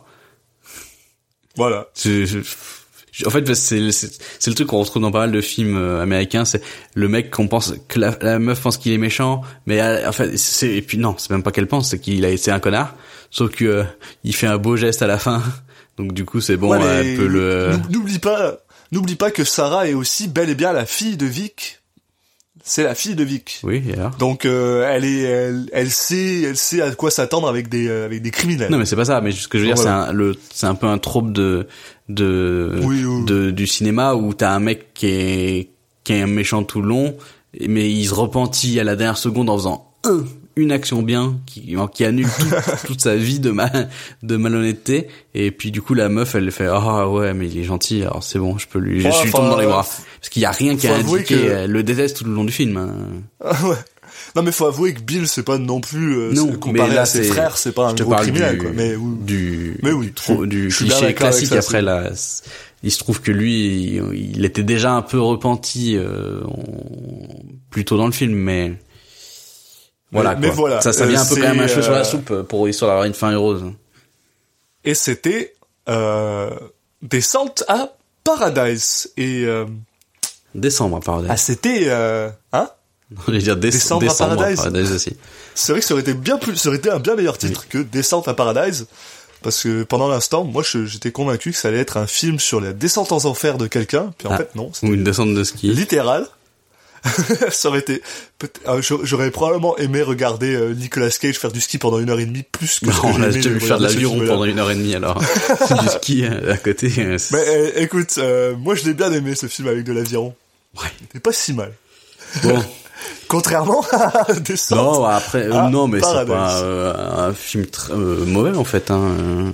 Voilà. Je, je, je, en fait c'est, c'est c'est le truc qu'on retrouve dans pas mal de films euh, américains, c'est le mec qu'on pense que la, la meuf pense qu'il est méchant, mais euh, en fait c'est et puis non, c'est même pas qu'elle pense, c'est qu'il a été un connard, sauf que euh, il fait un beau geste à la fin. Donc du coup c'est bon, ouais, euh, elle peut le n'oublie pas n'oublie pas que Sarah est aussi bel et bien la fille de Vic. C'est la fille de Vic. Oui, et alors donc euh, elle est elle, elle sait elle sait à quoi s'attendre avec des euh, avec des criminels. Non mais c'est pas ça, mais ce que je veux dire voilà. c'est un le c'est un peu un trope de de oui, oui. de du cinéma où t'as un mec qui est qui est un méchant tout le long, mais il se repentit à la dernière seconde en faisant un une action bien qui qui annule tout, toute sa vie de mal de malhonnêteté, et puis du coup la meuf elle fait ah ouais mais il est gentil alors c'est bon je peux lui ouais, je lui tombe dans les bras parce qu'il y a rien qui a indiqué que... elle le déteste tout le long du film hein. ouais. Non mais faut avouer que Bill c'est pas non plus euh, non, comparé mais là, à ses c'est... frères c'est pas un je te gros parle criminel du... quoi mais oui. du mais oui trop, du cliché classique ça, après là il se trouve que lui il, il était déjà un peu repenti euh, on... plus tôt dans le film mais voilà, mais, mais voilà, ça, ça vient euh, un peu quand même un cheveu euh... sur la soupe pour histoire d'avoir une fin heureuse. Et c'était euh, Descente à Paradise et euh... Décembre à Paradise. Ah c'était euh... hein Je vais dire déce- Descendre, Décembre à Paradise. à Paradise aussi. C'est vrai que ça aurait été bien plus, ça aurait été un bien meilleur titre oui. que Descente à Paradise, parce que pendant l'instant, moi je, j'étais convaincu que ça allait être un film sur la descente aux enfers de quelqu'un, puis en ah, fait non. Ou une descente de ski. Littéral. Ça aurait été, j'aurais probablement aimé regarder euh, Nicolas Cage faire du ski pendant une heure et demie plus que. Non, on a déjà vu faire de l'aviron pendant une heure et demie alors. Du ski à côté. Mais euh, écoute, euh, moi je l'ai bien aimé ce film avec de l'aviron. Ouais. C'était pas si mal. Bon. Contrairement à Descente. Non, après, ah, non, mais Paradise. c'est pas euh, un film très euh, mauvais en fait. Hein.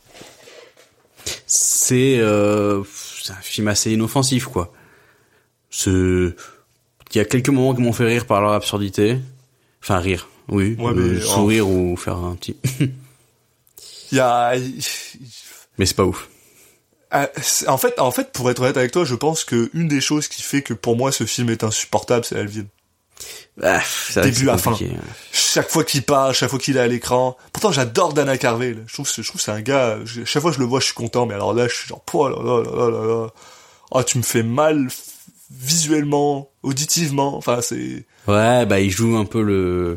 C'est, euh, c'est un film assez inoffensif quoi. C'est il y a quelques moments qui m'ont fait rire par leur absurdité. Enfin, rire, oui. Ouais, euh, mais, sourire oh. ou faire un petit... Il y a... Mais c'est pas ouf. Euh, en fait, en fait, pour être honnête avec toi, je pense que une des choses qui fait que pour moi ce film est insupportable, c'est Alvin. Ah, début à fin. Chaque fois qu'il parle, chaque fois qu'il est à l'écran. Pourtant, j'adore Dana Carvey. Là. Je trouve, je trouve que c'est un gars. Je, chaque fois que je le vois, je suis content. Mais alors là, je suis genre, oh là là là là là. Oh, tu me fais mal visuellement, auditivement. Enfin, c'est. Ouais, bah il joue un peu le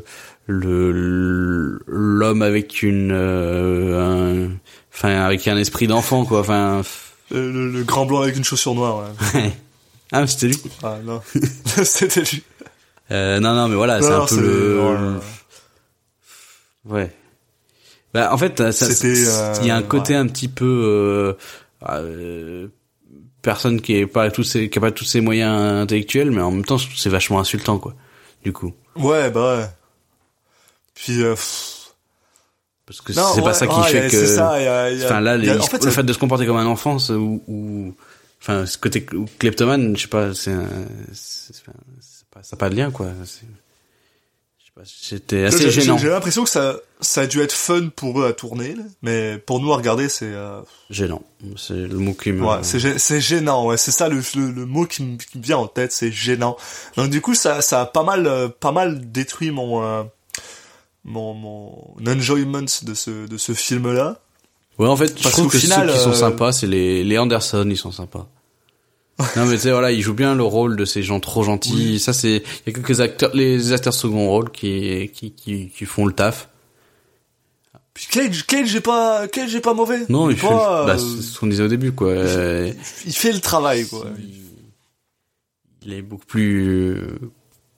le l'homme avec une, euh, un, enfin avec un esprit d'enfant quoi. Enfin. Le, le, le grand blanc avec une chaussure noire. Ouais. Ah, mais c'était lui. Ah non, c'était lui. Euh, non, non, mais voilà, non, c'est un peu le... Non, ouais. Bah, en fait, ça, euh, il y a un côté ouais. un petit peu, euh, euh, personne qui est pas tous ses, qui a pas tous ses moyens intellectuels, mais en même temps, c'est vachement insultant, quoi. Du coup. Ouais, bah ouais. Puis, euh, parce que non, c'est ouais, pas ça qui ouais, fait que, ça, y a, y a, enfin là, les, a, en fait, le ça... fait de se comporter comme un enfant, ou, ou, enfin, ce côté kleptomane, je sais pas, c'est, c'est, c'est ça n'a pas de lien quoi. C'est... Je sais pas, c'était assez j'ai, gênant. J'ai l'impression que ça, ça a dû être fun pour eux à tourner, là, mais pour nous à regarder c'est euh... gênant. C'est le mot qui me. Ouais, c'est, c'est gênant. Ouais, c'est ça le, le, le mot qui me, qui me vient en tête, c'est gênant. Donc du coup ça, ça a pas mal, euh, pas mal détruit mon, euh, mon, mon enjoyment de ce, de ce film là. Ouais, en fait, je Parce trouve que final, ceux qui sont euh... sympas, c'est les, les Anderson, ils sont sympas. Non mais tu sais voilà, ils jouent bien le rôle de ces gens trop gentils. Oui. Ça c'est, il y a quelques acteurs, les acteurs second rôle qui qui qui, qui font le taf. Puis Cage, Cage j'ai pas, Cage j'ai pas mauvais. Non, il, il fait, pas, bah, euh... c'est ce qu'on disait au début quoi. Il fait, il fait le travail quoi. Il, il est beaucoup plus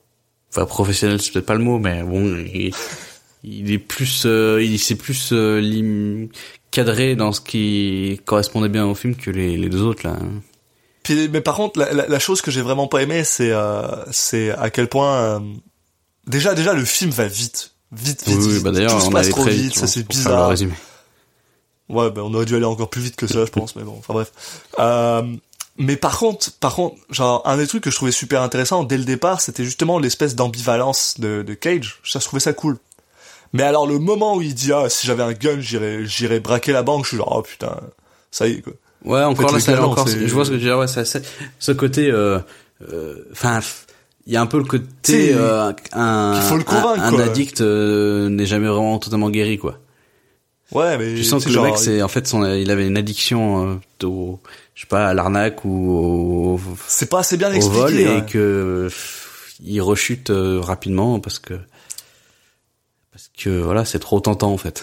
enfin professionnel, c'est peut-être pas le mot, mais bon, il, il est plus, euh, il s'est plus euh, lim... cadré dans ce qui correspondait bien au film que les, les deux autres là. Puis, mais par contre, la, la, la chose que j'ai vraiment pas aimé, c'est euh, c'est à quel point euh, déjà déjà le film va vite, vite, vite. Oui, vite. oui bah d'ailleurs, tout se on passe allait trop très vite, vite, ça c'est pour faire bizarre. le résumé. Ouais, ben on aurait dû aller encore plus vite que ça, je pense, mais bon, enfin bref. Euh, mais par contre, par contre, genre un des trucs que je trouvais super intéressant dès le départ, c'était justement l'espèce d'ambivalence de, de Cage. Ça, je trouvais ça cool. Mais alors le moment où il dit ah si j'avais un gun, j'irais j'irais braquer la banque, je suis genre oh putain, ça y est quoi. Ouais, encore en fait, là, ça, galant, encore, c'est... je vois ce que tu veux dire, ouais, ça, ça, ce côté, euh, enfin, euh, il y a un peu le côté, euh, un, il faut le convaincre, un, un quoi. addict euh, n'est jamais vraiment totalement guéri, quoi. Ouais, mais tu sens que le genre, mec, c'est, en fait, son, il avait une addiction euh, au, je sais pas, à l'arnaque ou au, c'est pas assez bien au expliqué, vol, ouais. et que pff, il rechute euh, rapidement parce que, parce que voilà, c'est trop tentant en fait.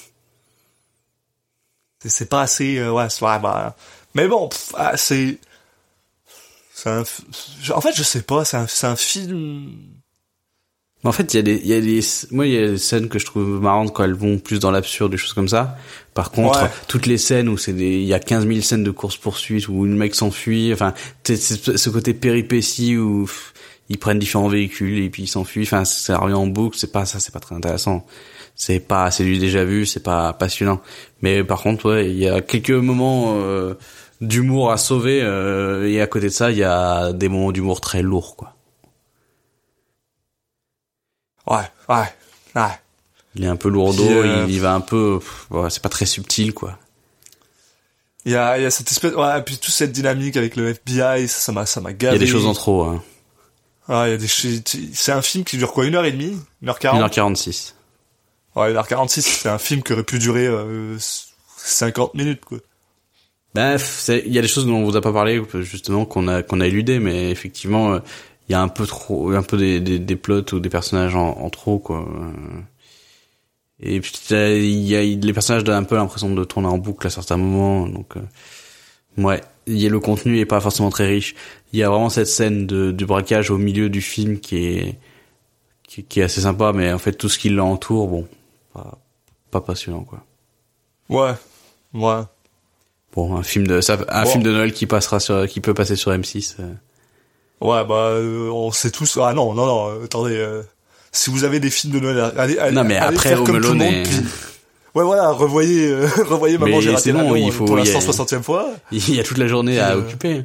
C'est, c'est pas assez, euh, ouais, c'est, ouais, bah, mais bon, pff, ah, c'est, c'est un, en fait, je sais pas, c'est un, c'est un film. Mais en fait, il y a des, il y a des, moi, il y a des scènes que je trouve marrantes quand elles vont plus dans l'absurde, des choses comme ça. Par contre, ouais. toutes les scènes où c'est des, il y a quinze mille scènes de course-poursuite où une mec s'enfuit, enfin, c'est, c'est ce côté péripétie où pff, ils prennent différents véhicules et puis ils s'enfuient, enfin, ça revient en boucle, c'est pas ça, c'est pas très intéressant. C'est pas, c'est du déjà vu, c'est pas passionnant. Mais par contre, ouais, il y a quelques moments euh, d'humour à sauver euh, et à côté de ça, il y a des moments d'humour très lourds, quoi. Ouais, ouais, ouais. Il est un peu lourdeau, euh... il, il va un peu, pff, ouais, c'est pas très subtil, quoi. Il y a, il y a cette espèce, ouais, et puis toute cette dynamique avec le F B I, ça, ça m'a, ça m'a gavé. Il y a des choses en trop, hein. Ah, il y a des, c'est un film qui dure quoi, une heure et demie, une heure quarante. une heure quarante-six. Ouais, une heure quarante-six, c'est un film qui aurait pu durer euh, cinquante minutes, quoi. Bref, il y a des choses dont on vous a pas parlé, justement, qu'on a, qu'on a éludé, mais effectivement, il y a un peu trop, un peu des, des, des plots ou des personnages en, en trop, quoi. Et puis, il y a, les personnages donnent un peu l'impression de tourner en boucle à certains moments, donc, euh, ouais. Il y a le contenu est pas forcément très riche. Il y a vraiment cette scène de, du braquage au milieu du film qui est, qui, qui est assez sympa, mais en fait, tout ce qui l'entoure, bon, pas, pas passionnant, quoi. Ouais. Ouais. Bon, un film de, ça, un bon. film de Noël qui passera sur, qui peut passer sur M six. Euh. Ouais, bah, euh, on sait tous, ah non, non, non, euh, attendez, euh, si vous avez des films de Noël, allez, allez, non, mais allez après, faire Home comme tout le Alone monde, est... puis... Ouais, voilà, revoyez, euh, revoyez Maman, j'ai raté l'avion il faut, pour la il y a, cent soixantième fois. Il y a toute la journée à euh... occuper.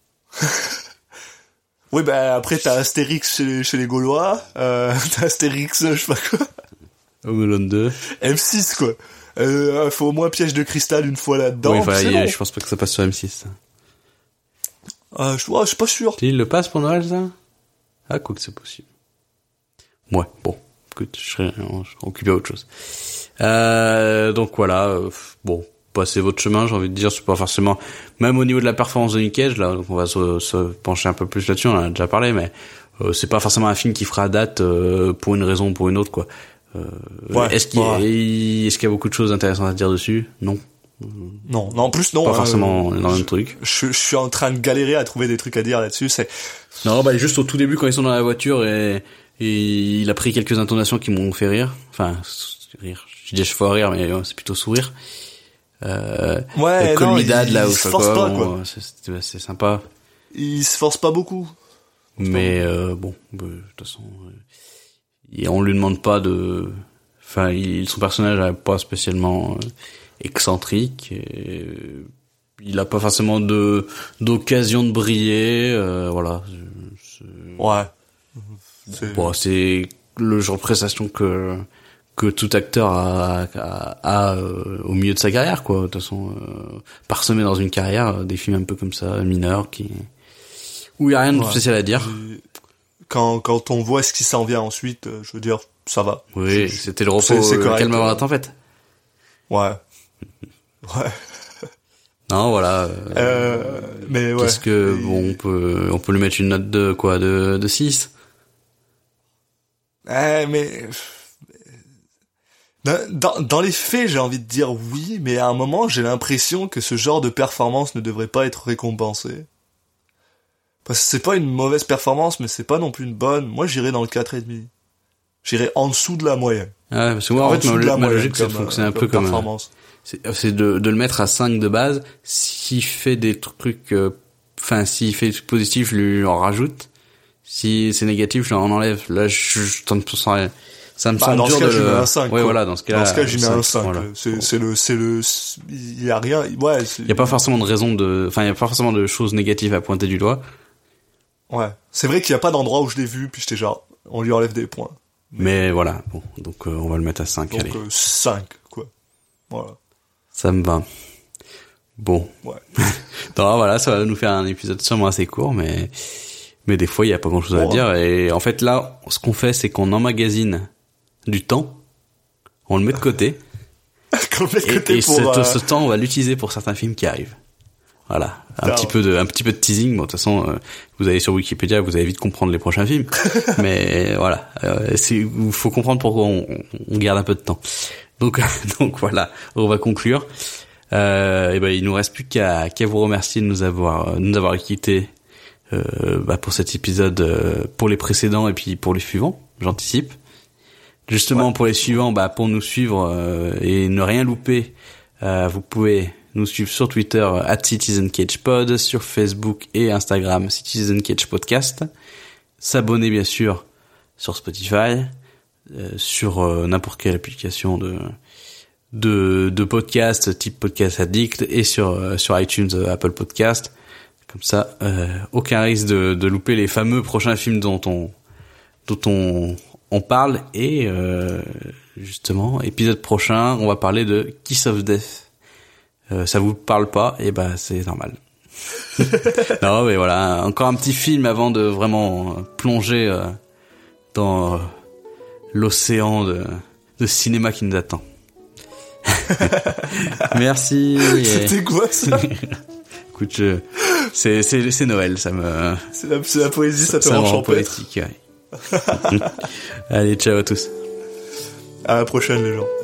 Oui, bah, après, t'as Astérix chez les, chez les Gaulois, euh, t'as Astérix, je sais pas quoi. Home Alone deux. M six, quoi. Euh, faut au moins Piège de cristal une fois là-dedans. Oui, enfin, bon. je pense pas que ça passe sur M six, ça. Euh, je, ouais, je suis pas sûr. Il le passe pour Noël, ça? Ah, quoi que c'est possible. Ouais, bon. Écoute, je serais, je serais occupé à autre chose. Euh, donc voilà, euh, bon, passez votre chemin, j'ai envie de dire, c'est pas forcément, même au niveau de la performance de Nick Cage, là, donc on va se, se pencher un peu plus là-dessus, on en a déjà parlé, mais euh, c'est pas forcément un film qui fera date euh, pour une raison ou pour une autre, quoi. Euh, ouais, est-ce qu'il y a, ouais. est-ce qu'il y a beaucoup de choses intéressantes à dire dessus? Non. Non, non, en plus non. Pas euh, forcément énormément je, de trucs. Je, je suis en train de galérer à trouver des trucs à dire là-dessus, c'est... Non, bah juste au tout début quand ils sont dans la voiture et, et il a pris quelques intonations qui m'ont fait rire. Enfin, rire. Je dis je fais rire, mais c'est plutôt sourire. Euh, ouais, Call non, Me Dad, il, là, il où se force pas, bon, quoi. C'est, c'est sympa. Il se force pas beaucoup. Mais euh, bon, bah, de toute façon, euh, on lui demande pas de... Enfin, il, son personnage n'est pas spécialement euh, excentrique. Et il a pas forcément de d'occasion de briller. Euh, voilà. C'est, ouais. C'est... Bon, c'est le genre de prestation que que tout acteur a, a, a euh, au milieu de sa carrière, quoi. De toute façon, euh, parsemé dans une carrière, des films un peu comme ça, mineurs, qui où il y a rien de ouais. spécial à dire. Quand quand on voit ce qui s'en vient ensuite, je veux dire, ça va. Oui, je, c'était le repos, c'est, c'est correct, calme avant la tempête. Ouais. Ouais. Non, voilà. Euh, euh, mais ouais. Qu'est-ce que, bon, on peut, on peut lui mettre une note de quoi, de, de six? Eh, mais, dans, dans les faits, j'ai envie de dire oui, mais à un moment, j'ai l'impression que ce genre de performance ne devrait pas être récompensé. Parce que c'est pas une mauvaise performance, mais c'est pas non plus une bonne. Moi, j'irais dans le quatre et demi. J'irais en dessous de la moyenne. Ouais, parce que moi, en, en fait, ma, ma logique, c'est de fonctionner un peu comme, performance. c'est, c'est de, de le mettre à cinq de base. S'il fait des trucs, enfin, euh, s'il fait des trucs positifs, je lui en rajoute. Si c'est négatif, je l'en enlève. Là, je, je, ça me semble, ça me bah, semble dans dur ce cas, de je le... mets un cinq. Ouais, quoi. voilà, dans ce cas-là. Dans ce cas, j'y mets un cinq. Voilà. C'est, bon. c'est le, c'est le, il y a rien, ouais. Il y a pas forcément de raison de, enfin, il y a pas forcément de choses négatives à pointer du doigt. Ouais. C'est vrai qu'il y a pas d'endroit où je l'ai vu, puis j'étais genre, on lui enlève des points. Mais voilà, bon, donc euh, on va le mettre à cinq. Donc allez. euh, cinq, quoi. Voilà. Ça me va. Bon. Ouais. Donc voilà, ça va nous faire un épisode sûrement assez court, mais mais des fois il y a pas grand-chose bon, à dire. Et en fait là, ce qu'on fait, c'est qu'on emmagasine du temps, on le met de côté. qu'on le met de côté et, pour. Et ce, euh... ce temps, on va l'utiliser pour certains films qui arrivent. Voilà, un petit peu de un petit peu de teasing. Bon, de toute façon, euh, vous allez sur Wikipédia, vous allez vite comprendre les prochains films. Mais voilà, euh, c'est il faut comprendre pourquoi on, on garde un peu de temps. Donc donc voilà, on va conclure. Euh, et ben il nous reste plus qu'à qu'à vous remercier de nous avoir de nous avoir écoutés euh, bah, pour cet épisode, euh, pour les précédents et puis pour les suivants. J'anticipe. Justement ouais. Pour les suivants, bah pour nous suivre euh, et ne rien louper, euh, vous pouvez nous suivre sur Twitter at CitizenCagePod, sur Facebook et Instagram CitizenCagePodcast. S'abonner bien sûr sur Spotify, euh, sur euh, n'importe quelle application de de de podcast type Podcast Addict et sur euh, sur iTunes, euh, Apple Podcast. Comme ça, euh, aucun risque de de louper les fameux prochains films dont on dont on on parle. Et euh, justement, épisode prochain, on va parler de Kiss of Death. Euh, ça vous parle pas, et ben c'est normal. Non mais voilà, encore un petit film avant de vraiment plonger euh, dans euh, l'océan de, de cinéma qui nous attend. Merci. C'était quoi ça? Écoute, je, c'est c'est c'est Noël, ça me. C'est la, c'est la poésie, ça te rend champêtre. Poétique. Ouais. Allez, ciao à tous. À la prochaine les gens.